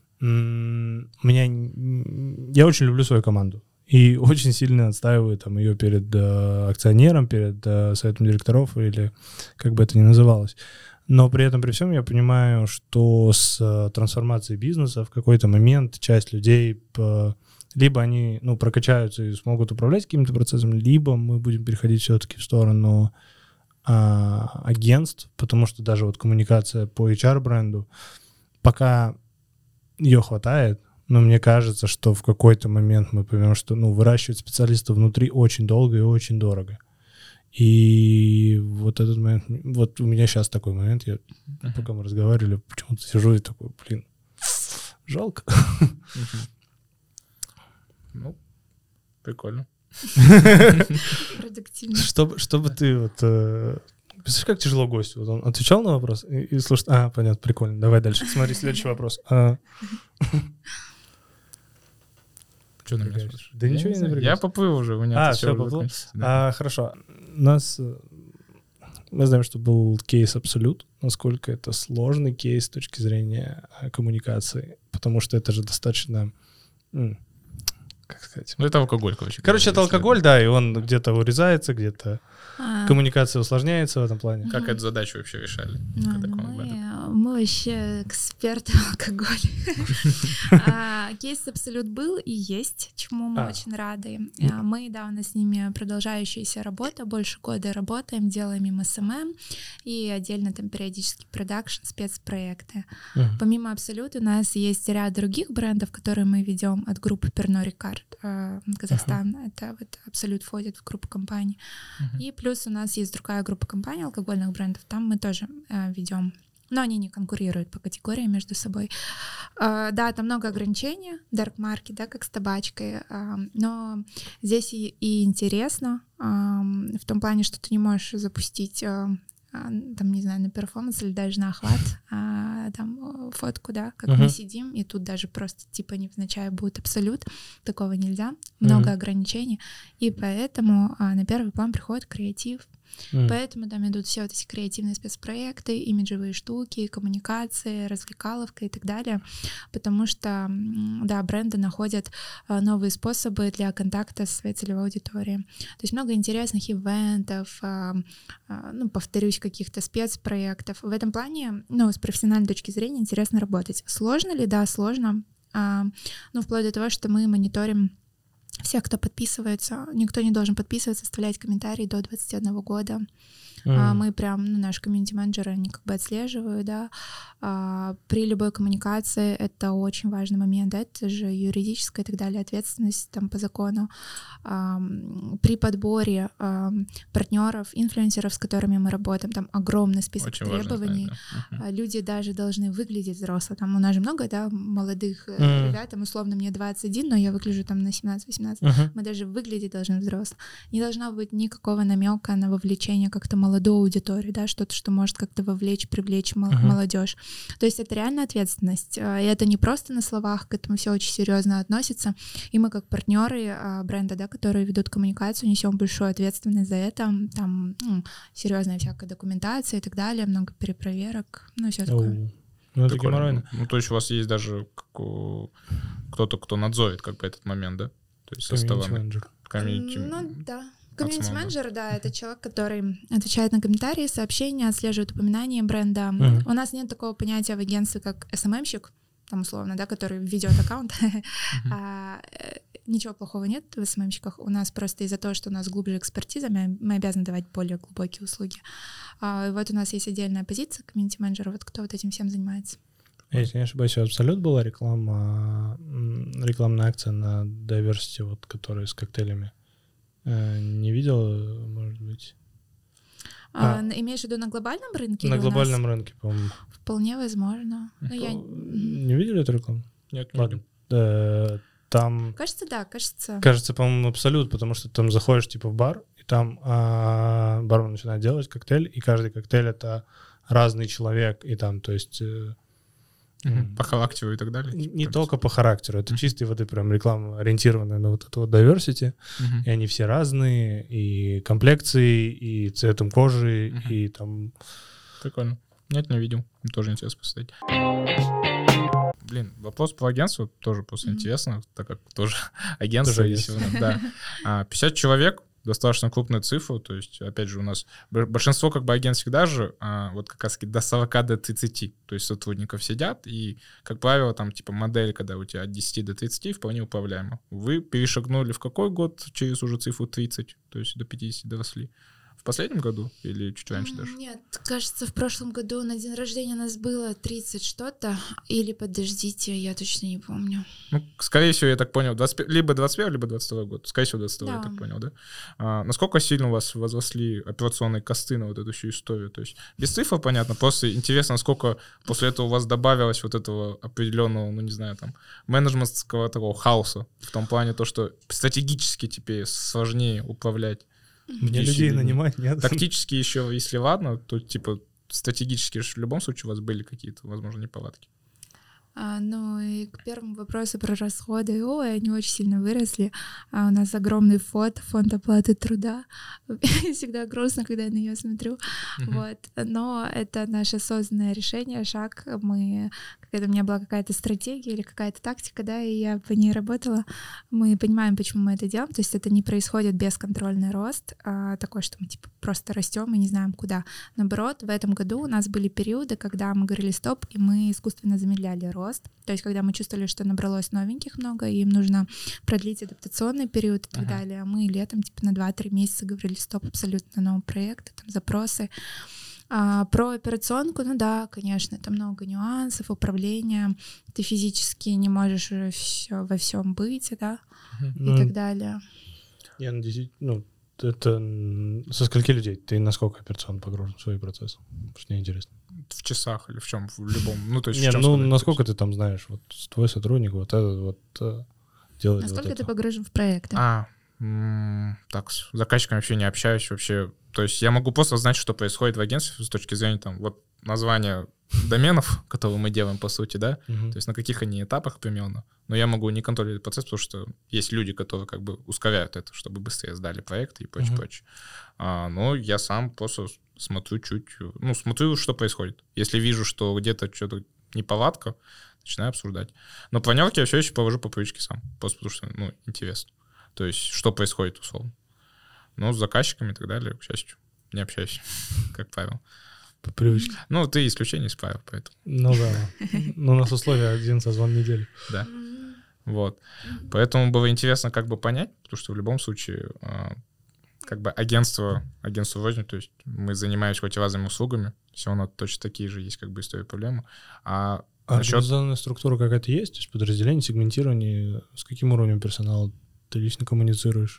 М, у меня, н- я очень люблю свою команду. И очень сильно отстаиваю там ее перед э, акционером, перед э, советом директоров или как бы это ни называлось. Но при этом, при всем, я понимаю, что с э, трансформацией бизнеса в какой-то момент часть людей по- либо они ну, прокачаются и смогут управлять какими-то процессами, либо мы будем переходить все-таки в сторону а, агентств, потому что даже вот коммуникация по эйч ар-бренду, пока ее хватает, но мне кажется, что в какой-то момент мы поймем, что ну, выращивать специалистов внутри очень долго и очень дорого. И вот этот момент, вот у меня сейчас такой момент, я, Uh-huh. пока мы разговаривали, почему-то сижу и такой, блин, жалко. Uh-huh. Ну, прикольно. Продуктивно. Чтобы, чтобы ты вот... Э, представляешь, как тяжело гостю? Вот он отвечал на вопрос и, и слушает, а, понятно, прикольно, давай дальше. Смотри, следующий вопрос. А, Что на меня напрягаешься? смотришь? Да ничего не знаю. напрягайся. Я поплыл уже, у меня А, тут всё, всё поплыл? закончится, да. а, хорошо. У нас... э, Мы знаем, что был кейс Абсолют, насколько это сложный кейс с точки зрения э, коммуникации, потому что это же достаточно... м, как сказать? Ну, это алкоголь, короче. Короче, это говоря, если алкоголь, да, и он где-то урезается, где-то А, коммуникация усложняется в этом плане. Как эту задачу вообще решали? Ну, Когда ну, такой мы, момент? мы вообще эксперты в алкоголе. А, Кейс Абсолют был и есть, чему мы А. очень рады. А, Мы, да, у нас с ними продолжающаяся работа, больше года работаем, делаем им эс эм эм и отдельно там периодически продакшн, спецпроекты. Мгм. Помимо Абсолют у нас есть ряд других брендов, которые мы ведем от группы Pernod Ricard э, Казахстан. Это вот Абсолют входит в группу компаний. Мгм. И плюс у нас есть другая группа компаний алкогольных брендов. Там мы тоже э, ведем. Но они не конкурируют по категориям между собой. Э, да, там много ограничений, dark market, да, как с табачкой. э, но здесь и, и интересно э, в том плане, что ты не можешь запустить э, а, там, не знаю, на перформанс или даже на охват, а, там, э, фотку, да, как Мгм. мы сидим, и тут даже просто, типа, невзначай будет Абсолют, такого нельзя, много Мгм. ограничений, и поэтому а, на первый план приходит креатив, М. поэтому там идут все вот эти креативные спецпроекты, имиджевые штуки, коммуникации, развлекаловка и так далее, потому что, м, да, бренды находят а, новые способы для контакта со своей целевой аудиторией. То есть много интересных ивентов, а, а, ну, повторюсь, каких-то спецпроектов. В этом плане, ну, с профессиональной точки зрения интересно работать. Сложно ли? Да, сложно. А, ну, вплоть до того, что мы мониторим всех, кто подписывается. Никто не должен подписываться, оставлять комментарии до двадцати одного года. А, М. Мы прям, ну, наши комьюнити-менеджеры, они как бы отслеживают, да. А, При любой коммуникации это очень важный момент, да, это же юридическая и так далее ответственность там по закону. Ам, При подборе партнеров, инфлюенсеров, с которыми мы работаем, там огромный список Очень важно требований. знать, да. Мгм. А, Люди даже должны выглядеть взросло. Там у нас же много, да, молодых э, Мгм. ребят, там, условно, мне двадцать один, но я выгляжу там на семнадцать-восемнадцать. Мгм. Мы даже выглядеть должны взросло. Не должно быть никакого намека на вовлечение как-то молодой аудитории, да, что-то, что может как-то вовлечь, привлечь мол- Мгм. молодежь. То есть это реально ответственность. А, И это не просто на словах, к этому все очень серьезно относится. И мы как партнеры а, бренда, да, которые ведут коммуникацию, несем большую ответственность за это. Там м, серьезная всякая документация и так далее, много перепроверок, ну все такое. Оу. Ну, это Прикольно. геморройно. Ну, то есть у вас есть даже как у- кто-то, кто надзорит как бы этот момент, да? То есть со стороны Комьюнити-менеджер. комьюнити. Ну да. самого, Комьюнити-менеджер, да, это человек, который отвечает на комментарии, сообщения, отслеживает упоминания бренда. Мгм. У нас нет такого понятия в агентстве, как эс эм эм-щик, там условно, да, который ведет аккаунт. А, э, Ничего плохого нет в эс эм эм-щиках. У нас просто из-за того, что у нас глубже экспертиза, мы, мы обязаны давать более глубокие услуги. А, и вот у нас есть отдельная позиция комьюнити-менеджера, вот кто вот этим всем занимается. Если не ошибаюсь, у Абсолют была реклама, м, рекламная акция на diversity, вот, которая с коктейлями. Э, Не видел, может быть? А, А. на- имеешь в виду на глобальном рынке? На или у нас? глобальном рынке, по-моему. Вполне возможно. Ну, я... Мгм. Не видели эту рекламу? Нет, не Ладно. видел. Э, Там, Кажется, да, кажется. кажется, по-моему, Абсолют, потому что там заходишь типа в бар, и там а, бармен начинает делать коктейль, и каждый коктейль — это разный человек, и там, то есть... э, Мгм. По характеру и так далее. Не типа не там только по характеру, это чистой воды прям реклама, ориентированная на вот это вот diversity, Мгм. и они все разные, и комплекции, и цветом кожи, Мгм. и там... Прикольно. Нет, не видел. Мне тоже интересно посмотреть. Блин, вопрос по агентству тоже просто Мгм. интересно, так как тоже агентство, Тоже если вы- да. А, пятьдесят человек, достаточно крупная цифра, то есть, опять же, у нас б- большинство как бы агентств всегда же а, вот как раз до сорока до тридцати, то есть сотрудников сидят, и, как правило, там типа модель, когда у тебя от десяти до тридцати, вполне управляема. Вы перешагнули в какой год через уже цифру тридцать, то есть до пятидесяти доросли? В последнем году или чуть раньше даже? Нет, кажется, в прошлом году на день рождения у нас было тридцать что-то, или подождите, я точно не помню. Ну, скорее всего, я так понял, двадцать, либо двадцать первый, либо двадцать второй год. Скорее всего, двадцать второй, Да. я так понял, да? А, насколько сильно у вас возросли операционные косты на вот эту всю историю? То есть без цифр, понятно, просто интересно, насколько после этого у вас добавилось вот этого определенного, ну, не знаю, там, менеджментского такого хаоса, в том плане то, что стратегически теперь сложнее управлять. Мне людей нанимать нет. Тактически еще, если ладно, то типа стратегически же в любом случае у вас были какие-то, возможно, неполадки. А, ну и к первому вопросу про расходы. Ой, они очень сильно выросли. А у нас огромный фонд, фонд оплаты труда. Всегда грустно, когда я на нее смотрю. Uh-huh. Вот. Но это наше осознанное решение, шаг. Мы, когда у меня была какая-то стратегия или какая-то тактика, да, и я по ней работала, мы понимаем, почему мы это делаем. То есть это не происходит бесконтрольный рост, а такой, что мы типа просто растем и не знаем куда. Наоборот, в этом году у нас были периоды, когда мы говорили стоп, и мы искусственно замедляли рост. То есть, когда мы чувствовали, что набралось новеньких много, и им нужно продлить адаптационный период и так uh-huh. далее, мы летом типа на два-три месяца говорили стоп, абсолютно новые проекты, там запросы. А, про операционку, ну да, конечно, это много нюансов, управления, ты физически не можешь всё, во всем быть, да, uh-huh. и ну, так далее. Я надеюсь, ну, это со скольки людей? Ты насколько операционно погружен в свои процессы? Потому что мне интересно. В часах или в чем? В любом. Ну, то есть Нет, в чем ну, сказать, насколько есть? ты там знаешь, вот твой сотрудник вот этот вот делает Насколько вот ты это. погружен в проекты? А, м- так, с заказчиками вообще не общаюсь вообще. То есть я могу просто знать, что происходит в агентстве с точки зрения там вот названия доменов, которые мы делаем, по сути, да, uh-huh. то есть на каких они этапах примерно, но я могу не контролировать процесс, потому что есть люди, которые как бы ускоряют это, чтобы быстрее сдали проекты и прочее, uh-huh. прочее. А, но я сам просто смотрю чуть, ну, смотрю, что происходит. Если вижу, что где-то что-то неполадка, начинаю обсуждать. Но планерки я все еще провожу по привычке сам, просто потому что, ну, интересно. То есть что происходит, условно. Но с заказчиками и так далее, к счастью, не общаюсь, как правило. По привычке. Ну, ты исключение из правил, поэтому. Ну да. Ну, у нас условия один созвон в неделю. Да. Вот. Поэтому было интересно как бы понять, потому что в любом случае как бы агентство, агентство рознь, то есть мы занимаемся хоть и разными услугами, все равно точно такие же есть как бы истории проблемы. А А насчет... организационная структура какая-то есть? То есть подразделение, сегментирование? С каким уровнем персонала ты лично коммуницируешь?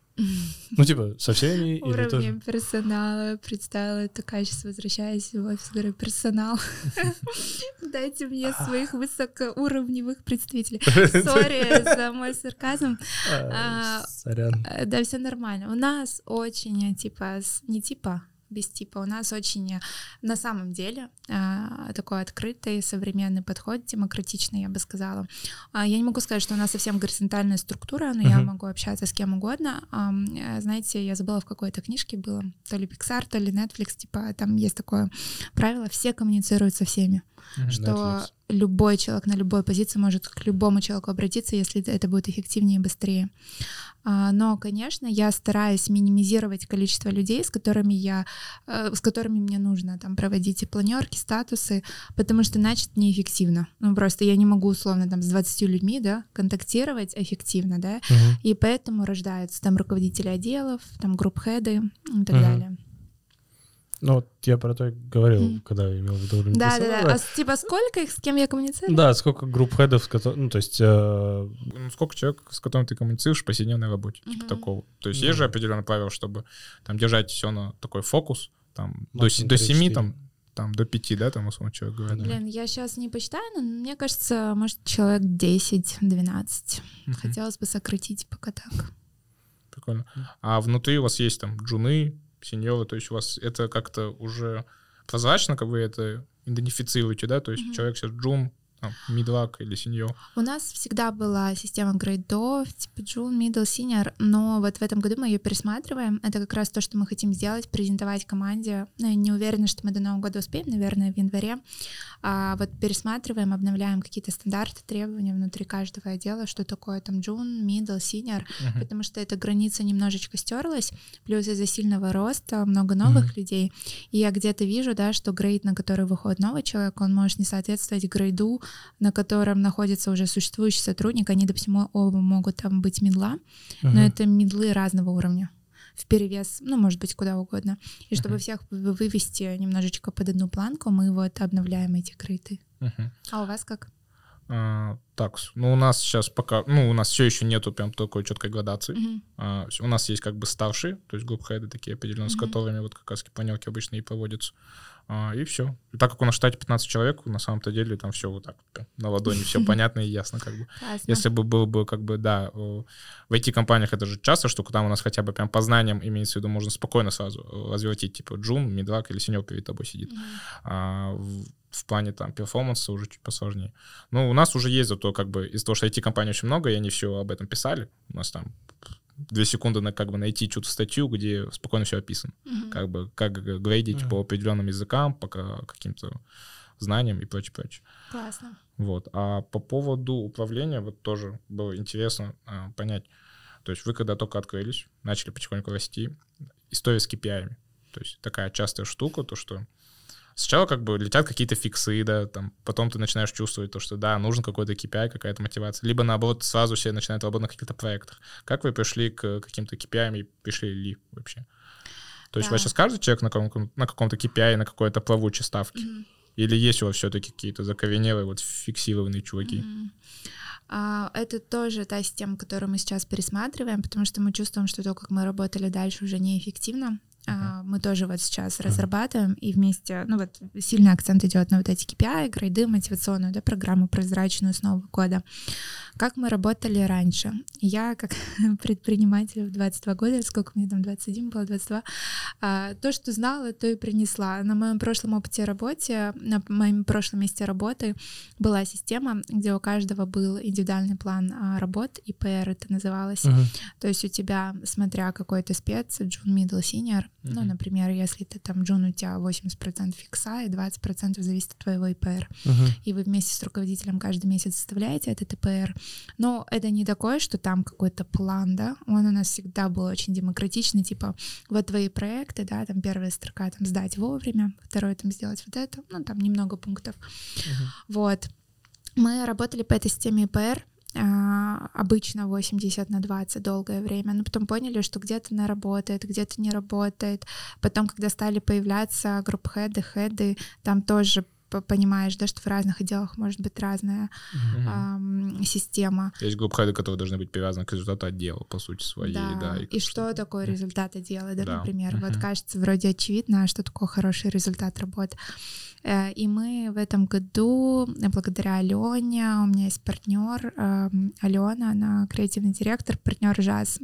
Ну, типа, со всеми или тоже? Уровнем персонала представила, такая сейчас возвращаюсь в офис, говорю, персонал, дайте мне своих высокоуровневых представителей. Сори за мой сарказм. Сорян. Да, все нормально. У нас очень, типа, не типа, без типа. У нас очень, на самом деле, такой открытый, современный подход, демократичный, я бы сказала. Я не могу сказать, что у нас совсем горизонтальная структура, но uh-huh. я могу общаться с кем угодно. Знаете, я забыла, в какой-то книжке было, то ли Pixar, то ли Netflix, типа, там есть такое правило, все коммуницируют со всеми. Uh-huh. Что Netflix. Любой человек на любой позиции может к любому человеку обратиться, если это будет эффективнее и быстрее. Но, конечно, я стараюсь минимизировать количество людей, с которыми я, с которыми мне нужно там проводить и планерки, статусы, потому что иначе это неэффективно. Ну, просто я не могу, условно, там, с двадцатью людьми, да, контактировать эффективно, да, uh-huh. и поэтому рождаются там руководители отделов, там, групп-хеды и так uh-huh. далее. Ну, вот я про то и говорил, mm. когда я имел в виду уровень Да, да, да. А типа сколько их, с кем я коммуницирую? Да, сколько групп-хедов, с которыми, ну, то есть... Э... Ну, сколько человек, с которым ты коммуницируешь в повседневной работе, mm-hmm. типа такого. То есть mm-hmm. есть же определенное правило, чтобы там держать все на такой фокус, там, до, до семи, там, там, до пяти, да, там, условно, человек говорит. Блин, я сейчас не посчитаю, но мне кажется, может, человек десять-двенадцать. Mm-hmm. Хотелось бы сократить пока так. Прикольно. А внутри у вас есть там джуны, сеньоры, то есть у вас это как-то уже прозрачно, как вы это идентифицируете, да, то есть mm-hmm. человек сейчас джун, мидлак или сеньор? У нас всегда была система грейдов, типа джун, мидл, сеньор, но вот в этом году мы ее пересматриваем. Это как раз то, что мы хотим сделать, презентовать команде. Я не уверена, что мы до Нового года успеем, наверное, в январе. А вот пересматриваем, обновляем какие-то стандарты, требования внутри каждого отдела, что такое там джун, мидл, сеньор, uh-huh. потому что эта граница немножечко стерлась, плюс из-за сильного роста много новых uh-huh. людей. И я где-то вижу, да, что грейд, на который выходит новый человек, он может не соответствовать грейду, на котором находится уже существующий сотрудник, они, допустим, оба могут там быть мидла, uh-huh. но это мидлы разного уровня. в перевес, ну, может быть, куда угодно. И чтобы uh-huh. всех вывести немножечко под одну планку, мы вот обновляем эти крейты. Uh-huh. А у вас как? А, так, ну у нас сейчас пока, ну у нас все еще нету прям такой четкой градации. Uh-huh. А, у нас есть как бы старшие, то есть групп-хеды такие определенно, uh-huh. с которыми вот как раз планерки обычно и проводятся. А, и все. И так как у нас в штате пятнадцать человек, на самом-то деле там все вот так на ладони, все понятно и ясно как бы. Классно. Если бы было бы как бы, да, в ай ти-компаниях это же часто штука, там у нас хотя бы прям по знаниям, имеется в виду, можно спокойно сразу развертить, типа джун, мидлак или сеньор перед тобой сидит. Uh-huh. А, в, в плане там перформанса уже чуть посложнее. Но у нас уже есть зато как бы из-за того, что ай ти-компаний очень много, и они все об этом писали, у нас там две секунды на как бы найти чью-то статью, где спокойно все описано. Uh-huh. Как бы как грейдить uh-huh. по определенным языкам, по каким-то знаниям и прочее, прочее. Классно. Вот. А по поводу управления вот тоже было интересно а, понять. То есть вы когда только открылись, начали потихоньку расти, история с кей пи ай-ами. То есть такая частая штука, то что сначала как бы летят какие-то фиксы, да, там, потом ты начинаешь чувствовать то, что да, нужен какой-то кей пи ай, какая-то мотивация, либо наоборот сразу все начинают работать на каких-то проектах. Как вы пришли к каким-то кей пи ай-ам и пришли ли вообще? То есть да. у вас сейчас каждый человек на, каком- на каком-то кей пи ай, на какой-то плавучей ставке? Mm-hmm. Или есть у вас все-таки какие-то закоренелые, вот фиксированные чуваки? Mm-hmm. Uh, это тоже та система, которую мы сейчас пересматриваем, потому что мы чувствуем, что то, как мы работали дальше, уже неэффективно. Uh, мы тоже вот сейчас uh-huh. разрабатываем, и вместе, ну вот сильный акцент идет на вот эти кей пи ай, грейды, мотивационную, да, программу прозрачную с нового года. Как мы работали раньше? Я как предприниматель в двадцать два года, сколько мне там, двадцать один было, двадцать два, uh, то, что знала, то и принесла. На моем прошлом опыте работы, на моем прошлом месте работы была система, где у каждого был индивидуальный план uh, работ, и пи ар это называлось. Uh-huh. То есть у тебя, смотря какой ты спец, джун, middle, senior, Uh-huh. ну, например, если ты там джун, у тебя восемьдесят процентов фикса и двадцать процентов зависит от твоего и пи ар. Uh-huh. И вы вместе с руководителем каждый месяц составляете этот и пи ар. Но это не такое, что там какой-то план, да, он у нас всегда был очень демократичный, типа вот твои проекты, да, там первая строка там сдать вовремя, второе там сделать вот это, ну, там немного пунктов. Uh-huh. Вот. Мы работали по этой системе и пи ар, Uh, обычно восемьдесят на двадцать долгое время, но потом поняли, что где-то она работает, где-то не работает. Потом, когда стали появляться групп-хеды, хеды, там тоже понимаешь, да, что в разных отделах может быть разная mm-hmm. эм, система. Есть групп-хеды, которые должны быть привязаны к результату отдела, по сути своей. Да, да, и, и что такое результат отдела, да, да. например. Mm-hmm. Вот кажется, вроде очевидно, а что такое хороший результат работы. И мы в этом году, благодаря Алене, у меня есть партнер, Алена, она креативный директор, партнер Жаз,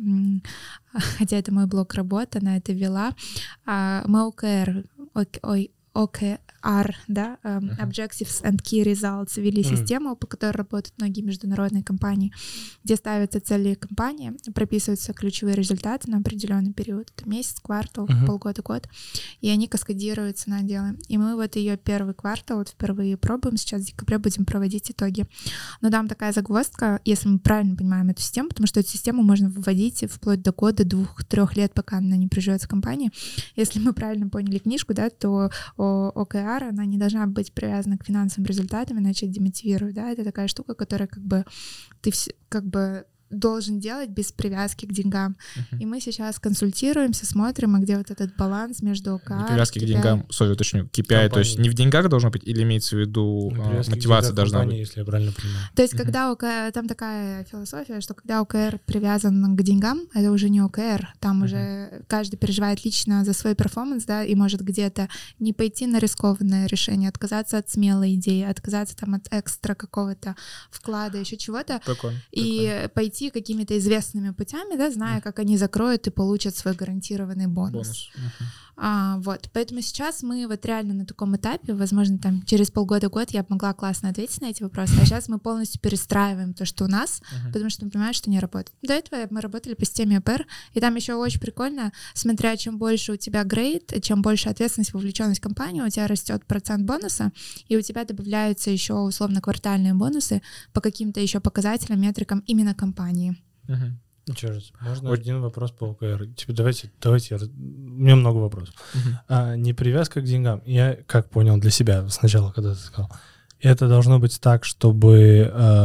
хотя это мой блок работы, она это вела. Мы о ка эр, ой, о ка ар, да, um, uh-huh. Objectives and Key Results, ввели uh-huh. систему, по которой работают многие международные компании, где ставятся цели компании, прописываются ключевые результаты на определенный период, это месяц, квартал, uh-huh. полгода, год, и они каскадируются на отделы. И мы вот ее первый квартал вот впервые пробуем, сейчас в декабре будем проводить итоги. Но там такая загвоздка, если мы правильно понимаем эту систему, потому что эту систему можно вводить вплоть до года, двух-трех лет, пока она не приживется в компании. Если мы правильно поняли книжку, да, то о ка ар, она не должна быть привязана к финансовым результатам, иначе демотивирует, да, это такая штука, которая как бы ты как бы должен делать без привязки к деньгам. Uh-huh. И мы сейчас консультируемся, смотрим, а где вот этот баланс между о ка ар... Не привязки к деньгам, сори, уточню, кей пи ай, то есть не в деньгах должно быть, или имеется в виду а, мотивация должна компании, быть? Если я правильно понимаю. То есть uh-huh. когда о ка ар, там такая философия, что когда о ка ар привязан к деньгам, это уже не о ка ар, там uh-huh. уже каждый переживает лично за свой перформанс, да, и может где-то не пойти на рискованное решение, отказаться от смелой идеи, отказаться там от экстра какого-то вклада, еще чего-то, прикольно, и прикольно. пойти какими-то известными путями, да, зная, mm. как они закроют и получат свой гарантированный бонус. бонус. Uh-huh. А, вот, поэтому сейчас мы вот реально на таком этапе, возможно, там через полгода-год я бы могла классно ответить на эти вопросы, а сейчас мы полностью перестраиваем то, что у нас, uh-huh. потому что мы понимаем, что не работает. До этого мы работали по системе о пи ар, и там еще очень прикольно, смотря чем больше у тебя грейд, чем больше ответственность, вовлеченность в компанию, у тебя растет процент бонуса, и у тебя добавляются еще условно квартальные бонусы по каким-то еще показателям, метрикам именно компании. Uh-huh. Еще раз, можно вот. Один вопрос по о ка ар? Типа, давайте, давайте, у меня много вопросов. Uh-huh. А, не привязка к деньгам. Я как понял для себя сначала, когда ты сказал, это должно быть так, чтобы а,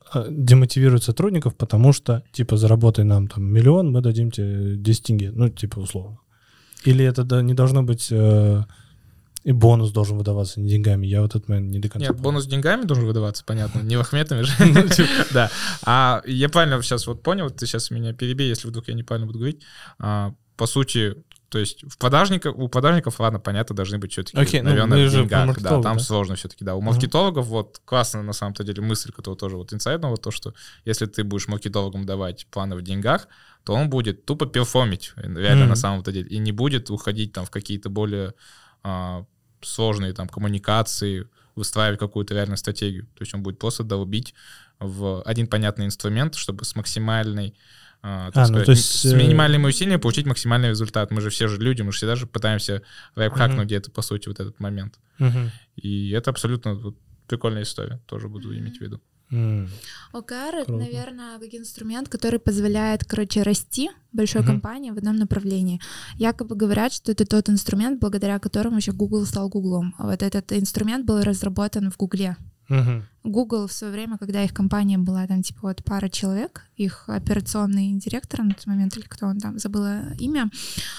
демотивируют сотрудников, потому что, типа, заработай нам там миллион, мы дадим тебе десять тенге, ну, типа, условно. Или это да, не должно быть... Э, и бонус должен выдаваться не деньгами. Я вот этот момент не до конца Нет, понял. бонус деньгами должен выдаваться, понятно, не лохметами же. Да. А я правильно сейчас вот понял, ты сейчас меня перебей, если вдруг я неправильно буду говорить. По сути, то есть в продажниках, у продажников, ладно, понятно, должны быть все-таки, Окей, ну, наверное, мы в же про деньгах. Да, маркетологов, там да? сложно все-таки, да. У Мгм. маркетологов вот классно на самом-то деле мысль, которая тоже вот инсайдного, то, что если ты будешь маркетологам давать планы в деньгах, то он будет тупо перформить реально Мгм. на самом-то деле и не будет уходить там в какие-то более а, сложные там коммуникации, выстраивать какую-то реальную стратегию. То есть он будет просто долбить в один понятный инструмент, чтобы с максимальной, а, так А, ну, сказать, то есть, с э, минимальными усилиями получить максимальный результат. Мы же все же люди, мы же всегда же пытаемся лайфхакнуть Мгм. где-то, по сути, вот этот момент. Мгм. И это абсолютно вот прикольная история, тоже буду иметь в виду. М. о ка ар — это, Круто. наверное, как инструмент, который позволяет, короче, расти большой Мгм. компании в одном направлении. Якобы говорят, что это тот инструмент, благодаря которому еще Google стал Гуглом. Вот этот инструмент был разработан в Гугле. Мгм. Google в свое время, когда их компания была там типа вот пара человек, их операционный директор на тот момент, или кто он там, забыла имя,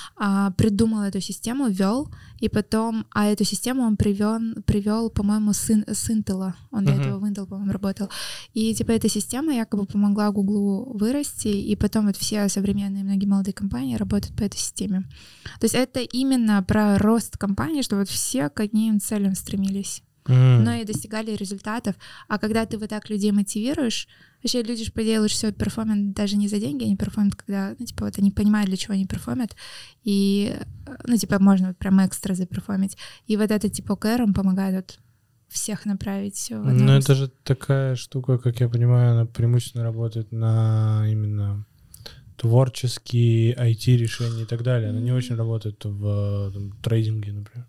а, придумал эту систему, ввел, и потом, а эту систему он привел, привел, по-моему, с, Ин- с Intel, он до Мгм. этого в Intel, по-моему, работал, и типа эта система якобы помогла Google вырасти, и потом вот все современные многие молодые компании работают по этой системе. То есть это именно про рост компании, что вот все к одним целям стремились, М. но и достигали результатов. А когда ты вот так людей мотивируешь, вообще люди же, по идее, лучше всего перформят даже не за деньги, они перформят, когда, ну, типа, вот они понимают, для чего они перформят, и, ну, типа, можно вот прям экстра заперформить. И вот это, типа, о ка ар, он помогает вот всех направить все в одно Ну, русло. это же такая штука, как я понимаю, она преимущественно работает на именно творческие ай ти-решения и так далее. Она не очень работает в там, трейдинге, например.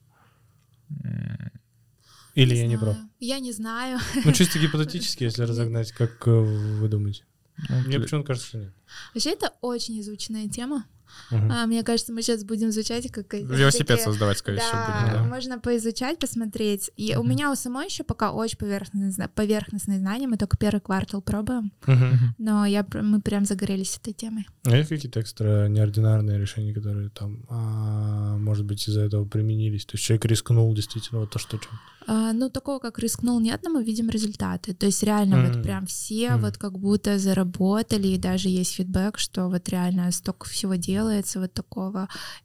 М, Или я не знаю. прав? Я не знаю. Ну, чисто гипотетически, если разогнать, как э, вы думаете? ну, Мне ты- почему-то кажется, что нет. Вообще, это очень изученная тема. Мгм. А, мне кажется, мы сейчас будем изучать как... Велосипед такие- создавать, скорее всего, Да, будем, да. можно поизучать, посмотреть. И у Мгм. меня у самой еще пока очень поверхностные, зна- поверхностные знания, мы только первый квартал пробуем, Мгм. но я, пр- мы прям загорелись этой темой. А есть какие-то экстра неординарные решения, которые там, а, может быть, из-за этого применились? То есть человек рискнул действительно вот то, что... чем- А, ну, такого, как рискнул, нет, но мы видим результаты. То есть реально М. вот прям все М. вот как будто заработали, и даже есть фидбэк, что вот реально столько всего делается вот такого,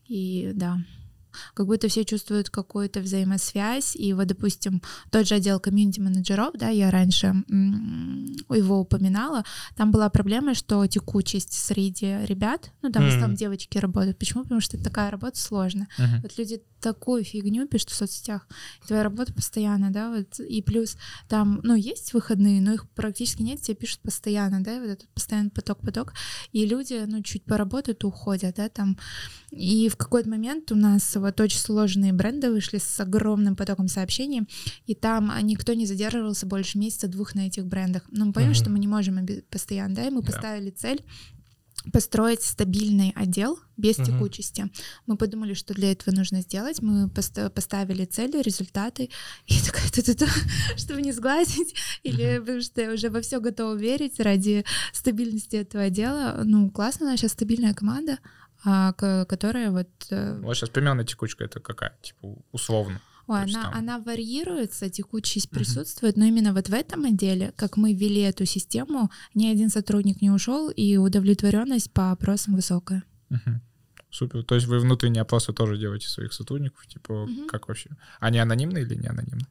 и да. Как будто все чувствуют какую-то взаимосвязь, и вот, допустим, тот же отдел комьюнити-менеджеров, да, я раньше м, его упоминала, там была проблема, что текучесть среди ребят, ну, там в основном Мгм. девочки работают. Почему? Потому что такая работа сложная. Мгм. Вот люди такую фигню пишут в соцсетях. Твоя работа постоянно, да, вот, и плюс там, ну, есть выходные, но их практически нет, тебе пишут постоянно, да, и вот этот постоянный поток-поток, и люди, ну, чуть поработают и уходят, да, там, и в какой-то момент у нас вот очень сложные бренды вышли с огромным потоком сообщений, и там а, никто не задерживался больше месяца-двух на этих брендах. Ну, мы понимаем, Мгм. что мы не можем оби- постоянно, да, и мы Да. поставили цель построить стабильный отдел без Мгм. текучести. Мы подумали, что для этого нужно сделать. Мы поста- поставили цели, результаты. И я такая, ту-ту-ту, чтобы не сглазить, или потому что я уже во все готова верить ради стабильности этого отдела. Ну, классно, у нас сейчас стабильная команда, а, к- которая вот... э, Вот сейчас примерно текучка это какая? Типа условно. Ой, То есть она, там- она варьируется, текучесть Мгм. присутствует, но именно вот в этом отделе, как мы ввели эту систему, ни один сотрудник не ушел, и удовлетворенность по опросам высокая. Мгм. Супер. То есть вы внутренние опросы тоже делаете своих сотрудников? Типа, Мгм. как вообще? Они анонимные или не анонимные?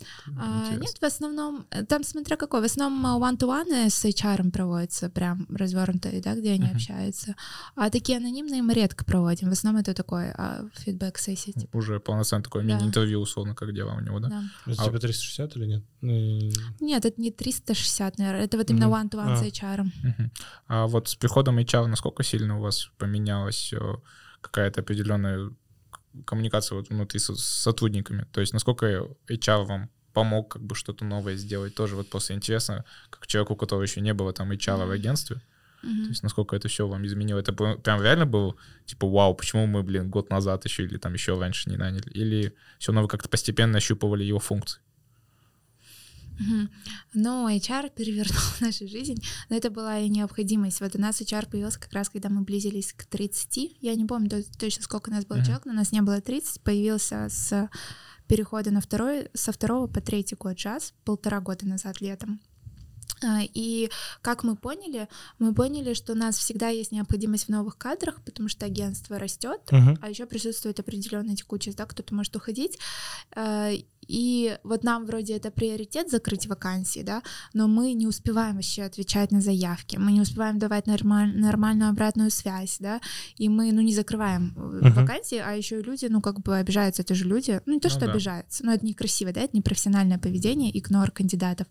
А, Интересно. нет, в основном, э, там смотря какой, в основном а, one-to-one с эйч ар проводятся, прям развернутые, да, где они Мгм. общаются. А такие анонимные мы редко проводим. В основном это такой а, фидбэк-сессия. Типа, Уже полноценное такое Да. мини-интервью, условно, как дела у него, да? да. Это А- типа триста шестьдесят или нет? Ну, и- Нет, это не триста шестьдесят, наверное, это вот именно Мгм. one-to-one с А. эйч ар. Мгм. А вот с приходом эйч ар насколько сильно у вас поменялась э, какая-то определенная коммуникация вот внутри со- с сотрудниками? То есть насколько эйч ар вам помог как бы что-то новое сделать? Тоже вот просто интересно, как человеку, у которого еще не было там эйч ар в Мгм. агентстве, Мгм. то есть насколько это все вам изменило? Это прям прям реально было типа вау, почему мы, блин, год назад еще или там еще раньше не наняли? Или все равно вы как-то постепенно ощупывали его функции? Мгм. Но эйч ар перевернул нашу жизнь, но это была и необходимость. Вот у нас эйч ар появился как раз, когда мы близились к тридцати. Я не помню то- точно, сколько у нас было Мгм. человек, но у нас не было тридцать. Появился с перехода на второй, со второго по третий год джаз, полтора года назад летом. А, И как мы поняли, мы поняли, что у нас всегда есть необходимость в новых кадрах, потому что агентство растет, Мгм. а еще присутствует определенная текучесть, да, кто-то может уходить. А, И вот нам вроде это приоритет закрыть вакансии, да, но мы не успеваем вообще отвечать на заявки, мы не успеваем давать нормаль- нормальную обратную связь, да, и мы, ну, не закрываем э, Мгм. вакансии, а еще и люди, ну, как бы обижаются, это же люди, ну, не то, Ну что да. обижаются, но это некрасиво, да, это непрофессиональное поведение, игнор кандидатов.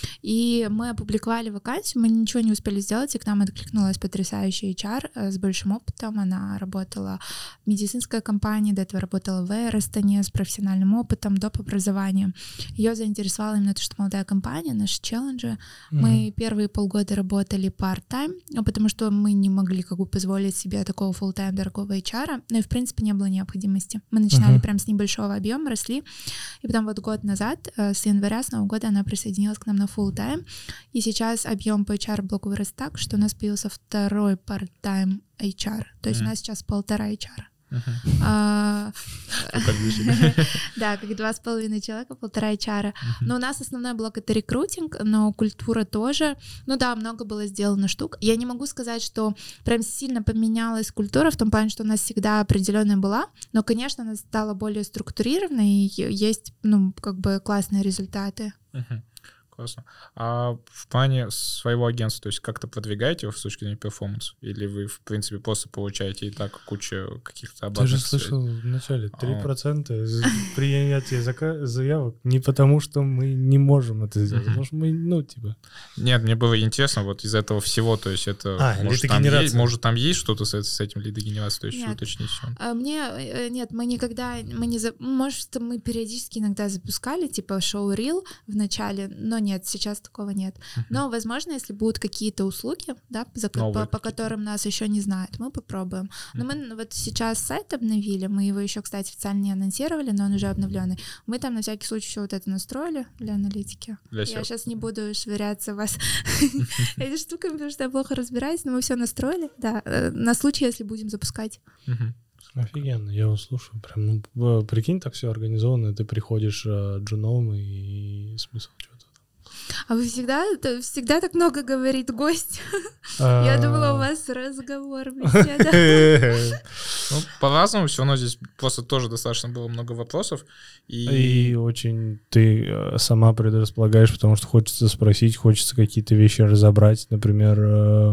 И мы опубликовали вакансию, мы ничего не успели сделать, и к нам откликнулась потрясающая эйч ар э, с большим опытом. Она работала в медицинской компании, до этого работала в Эйростане с профессиональным опытом, доп. Образованием. Ее заинтересовало именно то, что молодая компания, наши челленджи. Мы первые полгода работали part-time, а потому что мы не могли как бы позволить себе такого full-time дорогого эйч ар, но и в принципе не было необходимости. Мы начинали Мгм. прям с небольшого объема, росли, и потом вот год назад, э, с января, с Нового года, она присоединилась к нам на full-time, и сейчас объем по эйч ар-блоку вырос так, что у нас появился второй part-time эйч ар, то есть у Мгм. нас сейчас полтора эйч ар. Мгм. А, Как звучит. Да, как два с половиной человека, полтора эйч ар. Но у нас основной блок — это рекрутинг, но культура тоже. Ну да, много было сделано штук. Я не могу сказать, что прям сильно поменялась культура в том плане, что у нас всегда определенная была, но, конечно, она стала более структурированной, и есть, ну, как бы классные результаты. Мгм. Классно. А в плане своего агентства, то есть как-то продвигаете его с точки зрения перформанса? Или вы, в принципе, просто получаете и так кучу каких-то Ты обратных же связей? слышал в начале, три А. процента принятия зака- заявок не потому, что мы не можем это сделать, Мгм. потому что мы, ну, типа... Нет, мне было интересно вот из этого всего, то есть это... А, может, там лидогенерация. есть, может, там есть что-то с, с этим лидогенерацией, то есть Нет. уточнить всё. А Мне э, нет, мы никогда, мы не, за- может, мы периодически иногда запускали, типа шоу Reel в начале, но нет, сейчас такого нет. Но, возможно, если будут какие-то услуги, да, за- по, Новые по какие-то. которым нас еще не знают, мы попробуем. Но мы вот сейчас сайт обновили, мы его еще, кстати, официально не анонсировали, но он уже обновленный. Мы там на всякий случай все вот это настроили для аналитики. Для Я сео. сейчас не буду швыряться вас этой штукой, потому что я плохо разбираюсь, но мы все настроили, да, э, на случай, если будем запускать. Мгм. Офигенно, я его слушаю. Прям, ну, б- прикинь, так все организовано, ты приходишь э, джуном и смысл чего-то. А вы всегда, это всегда так много говорит гость? Я думала, у вас разговор, беседа. Ну, по-разному, все равно здесь просто тоже достаточно было много вопросов. И, И очень ты э, сама предрасполагаешь, потому что хочется спросить, хочется какие-то вещи разобрать. Например, э,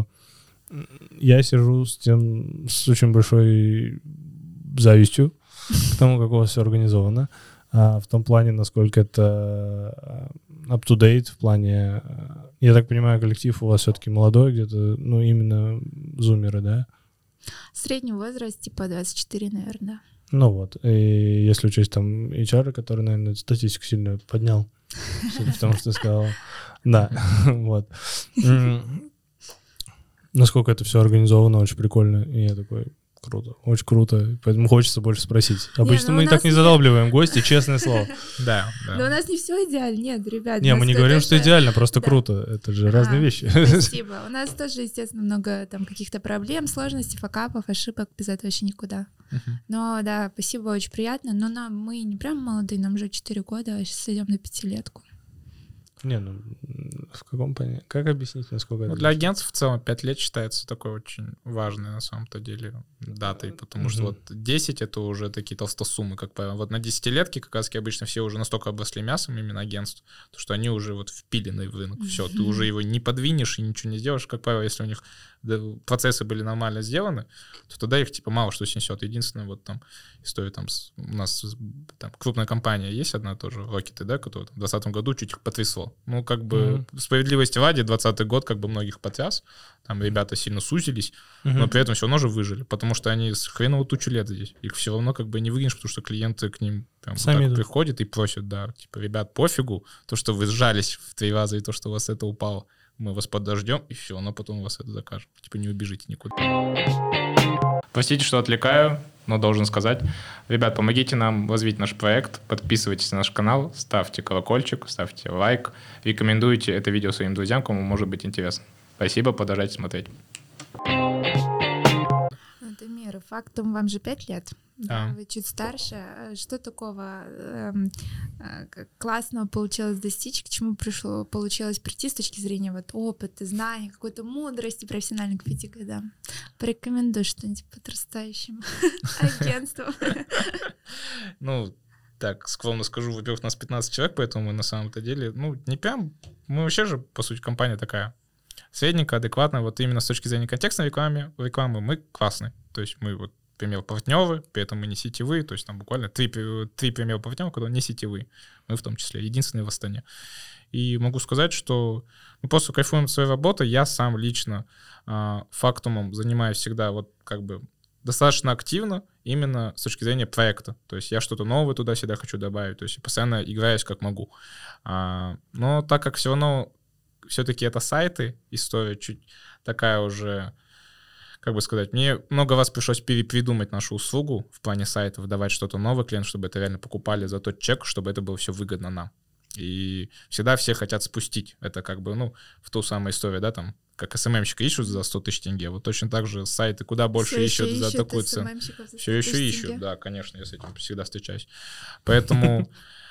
я сижу с тем, с очень большой завистью к тому, как у вас все организовано. А в том плане, насколько это up-to-date, в плане... э, Я так понимаю, коллектив у вас все-таки молодой где-то, ну, именно зумеры, да? Средний возраст, типа двадцать четыре, наверное. Ну вот, и если учесть там эйч ар, который, наверное, статистику сильно поднял, судя по тому, что ты сказал. Да, вот. М, Насколько это все организовано, очень прикольно. И я такой, круто, очень круто. Поэтому хочется больше спросить. Обычно ну мы у и так нас не нет. задалбливаем гости, честное слово. да, да. Но у нас не все идеально, нет, ребят. Не, у мы нас не говорим, тоже- что идеально, просто Да. круто. Это же разные А, вещи. Спасибо. У нас тоже, естественно, много там каких-то проблем, сложностей, факапов, ошибок. Без этого вообще никуда. Мгм. Но да, спасибо, очень приятно. Но нам мы не прям молодые, нам уже четыре года, а сейчас идем на пятилетку. Не, ну, в каком плане? Как объяснить, насколько Ну, это... для агентств в целом пять лет считается такой очень важной на самом-то деле датой, потому что Мгм. вот десять это уже такие толстосумы, как правило. Вот на десятилетке как раз обычно все уже настолько обросли мясом именно агентств, то что они уже вот впилены в рынок. Все, ты уже его не подвинешь и ничего не сделаешь. Как правило, если у них да, процессы были нормально сделаны, то тогда их типа мало что снесет. Единственное, вот там история там с- у нас с- там крупная компания есть одна тоже, Рокеты, да, которая там в двадцатом году чуть их потрясло. Ну, как бы справедливости ради, двадцатый год как бы многих потряс, там ребята сильно сузились, но при этом все равно же выжили, потому что они с хреново тучу лет здесь. Их все равно как бы не выгонишь, потому что клиенты к ним прям вот Сами так идут. приходят и просят, да, типа, ребят, пофигу, то, что вы сжались в три раза и то, что у вас это упало. мы вас подождем, и все, но потом вас это закажем. Типа не убежите никуда. Простите, что отвлекаю, но должен сказать. Ребят, помогите нам развить наш проект, подписывайтесь на наш канал, ставьте колокольчик, ставьте лайк, рекомендуйте это видео своим друзьям, кому может быть интересно. Спасибо, продолжайте смотреть. Дамир, фактум вам же пять лет, да, А. вы чуть старше. Что такого эм, э, классного получилось достичь, к чему пришло, получилось прийти с точки зрения вот опыта, знаний, какой-то мудрости профессиональной к пяти годам? Порекомендуй что-нибудь подрастающим агентству. Ну, так, скромно скажу, во-первых, нас пятнадцать человек, поэтому мы на самом-то деле, ну, не прям, мы вообще же, по сути, компания такая средненькая, адекватная, вот именно с точки зрения контекстной рекламы, рекламы мы классные. То есть мы, вот, пример, партнеры, при этом мы не сетевые, то есть там буквально три, три примера партнеров, которые не сетевые. Мы в том числе, единственные в Астане. И могу сказать, что мы просто кайфуем от своей работы. Я сам лично э, фактумом занимаюсь всегда вот как бы достаточно активно именно с точки зрения проекта. То есть я что-то новое туда всегда хочу добавить, то есть постоянно играюсь как могу. А, но так как все равно все-таки это сайты, история чуть такая уже, как бы сказать, мне много раз пришлось перепридумать нашу услугу в плане сайтов, давать что-то новое клиенту, чтобы это реально покупали за тот чек, чтобы это было все выгодно нам. И всегда все хотят спустить. Это как бы, ну, в ту самую историю, да, там, как эс эм эм-щика ищут за сто тысяч тенге. Вот точно так же сайты куда больше Всё ищут еще за ищут такую цену. эс эм эм-щиков за Все сто еще тысяч ищут, тенге. да, конечно, я с этим всегда встречаюсь. Поэтому,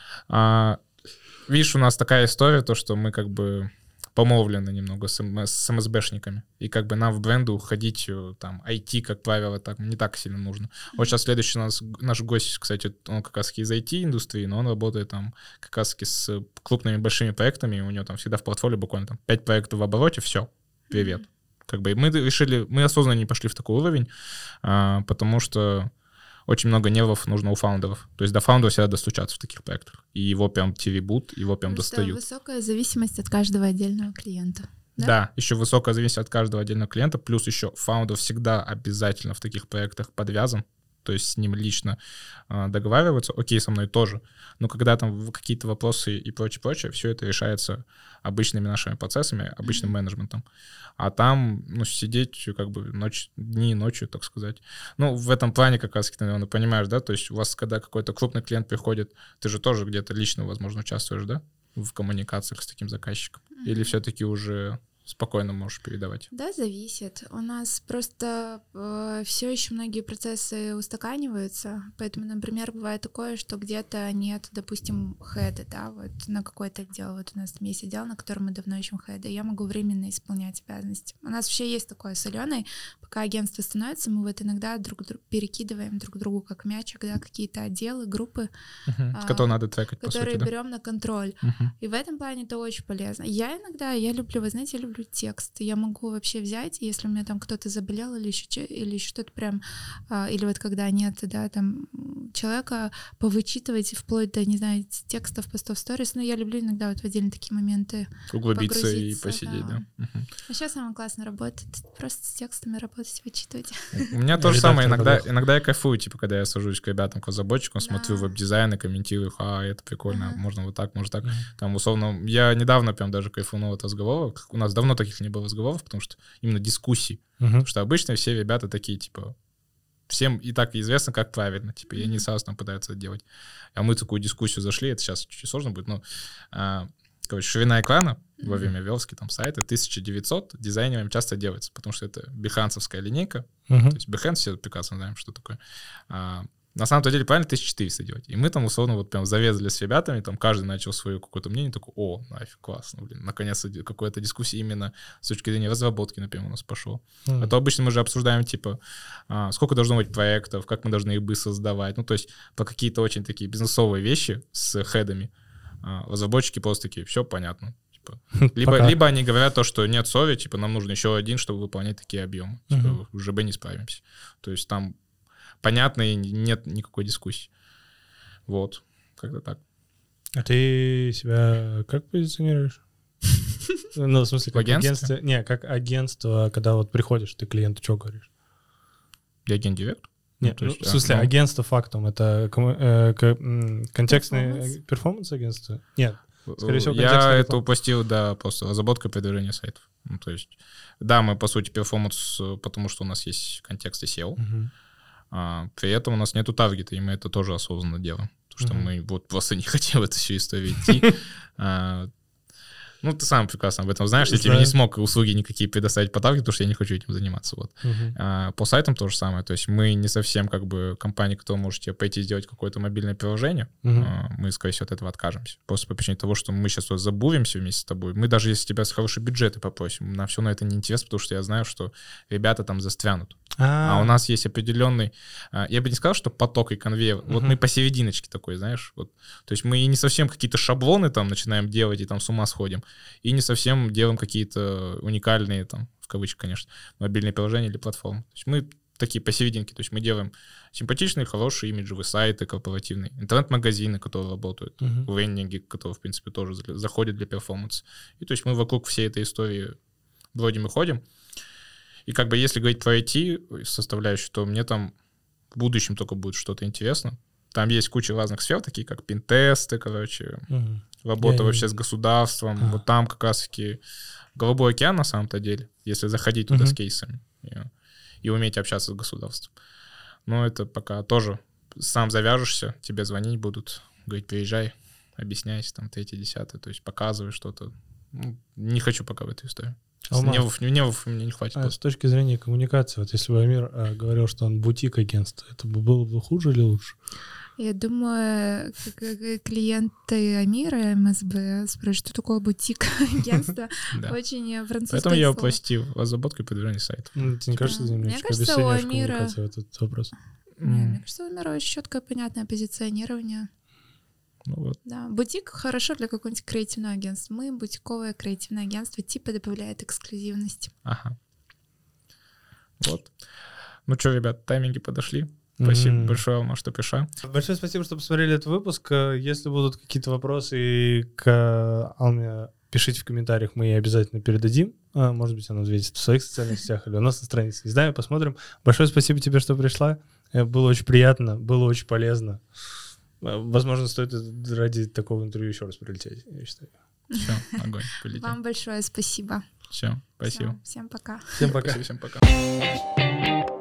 а, видишь, у нас такая история, то, что мы как бы помолвлены немного с, эм, с эм эс бэ-шниками. И как бы нам в бренду уходить, там, ай ти, как правило, так, не так сильно нужно. Вот сейчас следующий у нас, наш гость, кстати, он как раз из ай ти-индустрии, но он работает там как раз с крупными большими проектами, и у него там всегда в портфолио буквально там пять проектов в обороте, все, привет. Mm-hmm. Как бы мы решили, мы осознанно не пошли в такой уровень, а, потому что очень много нервов нужно у фаундеров. То есть до фаундера всегда достучаться в таких проектах. И его прям теребут, его прям Потому достают. Что высокая зависимость от каждого отдельного клиента. Да? Да, еще высокая зависимость от каждого отдельного клиента, плюс еще фаундер всегда обязательно в таких проектах подвязан, то есть с ним лично э, договариваются, окей, со мной тоже, но когда там какие-то вопросы и прочее-прочее, все это решается обычными нашими процессами, обычным mm-hmm. менеджментом. А там, ну, сидеть как бы ночь, дни и ночью, так сказать. Ну, в этом плане как раз, ты, наверное, понимаешь, да, то есть у вас, когда какой-то крупный клиент приходит, ты же тоже где-то лично, возможно, участвуешь, да, в коммуникациях с таким заказчиком? Mm-hmm. Или все-таки уже спокойно можешь передавать? Да, зависит. У нас просто э, все еще многие процессы устаканиваются, поэтому, например, бывает такое, что где-то нет, допустим, хеда, да, вот на какой-то отдел, вот у нас там есть отдел, на котором мы давно ищем хеда, и я могу временно исполнять обязанности. У нас вообще есть такое с Аленой, пока агентство становится, мы вот иногда друг друг перекидываем друг другу как мячик, да, какие-то отделы, группы, uh-huh. а, которые надо трекать, по которые сути, да? берем на контроль. Uh-huh. И в этом плане это очень полезно. Я иногда, я люблю, вы знаете, я люблю текст. Я могу вообще взять, если у меня там кто-то заболел или еще, или еще что-то прям, а, или вот когда нет, да, там человека повычитывать вплоть до, не знаю, текстов, постов, сторис, но я люблю иногда вот в отдельные такие моменты углубиться и посидеть, да. да. Uh-huh. А сейчас самое классно работать, просто с текстами работать, вычитывать. У меня то же самое, иногда, иногда я кайфую, типа, когда я сажусь к ребятам, к разработчикам, да. смотрю веб-дизайн и комментирую, а, это прикольно, uh-huh. можно вот так, можно так. Uh-huh. Там, условно, я недавно прям даже кайфунул от разговора, у нас давно таких не было разговоров, потому что именно дискуссий. Uh-huh. Потому что обычно все ребята такие, типа, всем и так известно, как правильно, типа, mm-hmm. и они сразу там пытаются это делать. А мы такую дискуссию зашли, это сейчас чуть-чуть сложно будет, но, а, короче, ширина экрана mm-hmm. во время верстки там сайта тысяча девятьсот дизайнерами часто делается, потому что это бихансовская линейка, mm-hmm. то есть Behance все прекрасно знаем, что такое. А, на самом деле правильно тысяча четыреста делать. И мы там, условно, вот прям завязали с ребятами, там каждый начал свое какое-то мнение, такой, о, нафиг, классно, блин, наконец-то какая-то дискуссия именно с точки зрения разработки, например, у нас пошел. Mm-hmm. А то обычно мы же обсуждаем, типа, а, сколько должно быть проектов, как мы должны их быстро создавать, ну, то есть по какие-то очень такие бизнесовые вещи с хедами. А, разработчики просто такие, все понятно. Типа, либо, либо они говорят то, что нет, сори, типа, нам нужно еще один, чтобы выполнять такие объемы. Типа, mm-hmm. в ЖБ не справимся. То есть там понятно, и нет никакой дискуссии. Вот, как-то так. А ты себя как позиционируешь? Ну, в смысле, как агентство? Не, как агентство, когда вот приходишь, ты клиенту что говоришь? Я агент-директор? Нет, ну, в смысле, агентство фактум, это контекстный перформанс агентство? Нет. Скорее всего, я контекстная это реклама. упустил, да, просто разработка и продвижение сайтов. Ну, то есть, да, мы, по сути, перформанс, потому что у нас есть контекст и сео, Мгм. а, при этом у нас нету таргета, и мы это тоже осознанно делаем. Потому что Мгм. мы вот просто не хотим в эту всю историю идти. А, Ну, ты сам прекрасно об этом знаешь. Я тебе Знаю. не смог услуги никакие предоставить по таргету, потому что я не хочу этим заниматься. Вот. Мгм. А, По сайтам то же самое. То есть мы не совсем как бы компания, которая может тебе пойти сделать какое-то мобильное приложение. Мгм. А, Мы, скорее всего, от этого откажемся. Просто по причине того, что мы сейчас вот забуримся вместе с тобой. Мы даже если тебя с хорошие бюджеты попросим, нам все на это не интересно, потому что я знаю, что ребята там застрянут. А у нас есть определенный, а, я бы не сказал, что поток и конвейер. Вот Мгм. мы посерединочке такой, знаешь. Вот. То есть мы и не совсем какие-то шаблоны там начинаем делать и там с ума сходим, и не совсем делаем какие-то уникальные, там, в кавычках, конечно, мобильные приложения или платформы. То есть мы такие посерединке. То есть мы делаем симпатичные, хорошие имиджевые сайты корпоративные, интернет-магазины, которые работают, Мгм. лендинги, которые, в принципе, тоже за- заходят для перформанса. И то есть мы вокруг всей этой истории бродим и ходим. И как бы если говорить про ай ти составляющую, то мне там в будущем только будет что-то интересно. Там есть куча разных сфер, такие как пинтесты, короче, Мгм. работа Я- вообще с государством. Ага. Вот там как раз-таки голубой океан на самом-то деле, если заходить туда Мгм. с кейсами и, и уметь общаться с государством. Но это пока тоже сам завяжешься, тебе звонить будут, говорить, приезжай, объясняйся, там, третье, десятое, то есть показывай что-то. Ну, не хочу пока в эту историю. Сейчас Алмаз, нервов, нервов мне не хватит а просто. с точки зрения коммуникации, вот если бы Амир а, говорил, что он бутик агентства, это бы было бы хуже или лучше? Я думаю, к- к- клиенты Амира эм эс бэ спрашивают, что такое бутик агентство. Да. Очень французское Поэтому я слово. упростил разработку и продвижение сайтов. Ну, тебе не кажется, Да. ты Мне немножечко кажется, обесцениваешь у Амира- коммуникацию в этот вопрос? Не, мне кажется, у Амира очень четкое, понятное позиционирование. Ну вот. Да, бутик хорошо для какого-нибудь креативного агентства. Мы бутиковое креативное агентство, типа добавляет эксклюзивность. Ага. Вот. Ну что, ребят, тайминги подошли. Спасибо Мгм. большое вам, что пришла. Большое спасибо, что посмотрели этот выпуск. Э, Если будут какие-то вопросы к Алме, пишите в комментариях, мы ей обязательно передадим. А, Может быть, она ответит в своих социальных сетях или у нас на странице. Не знаю, посмотрим. Большое спасибо тебе, что пришла. Э, Было очень приятно, было очень полезно. Э, Возможно, стоит ради такого интервью еще раз прилететь, я считаю. Все, огонь, полетим. Вам большое спасибо. Все, спасибо. Всё, всем пока. Всем пока. Спасибо, всем пока.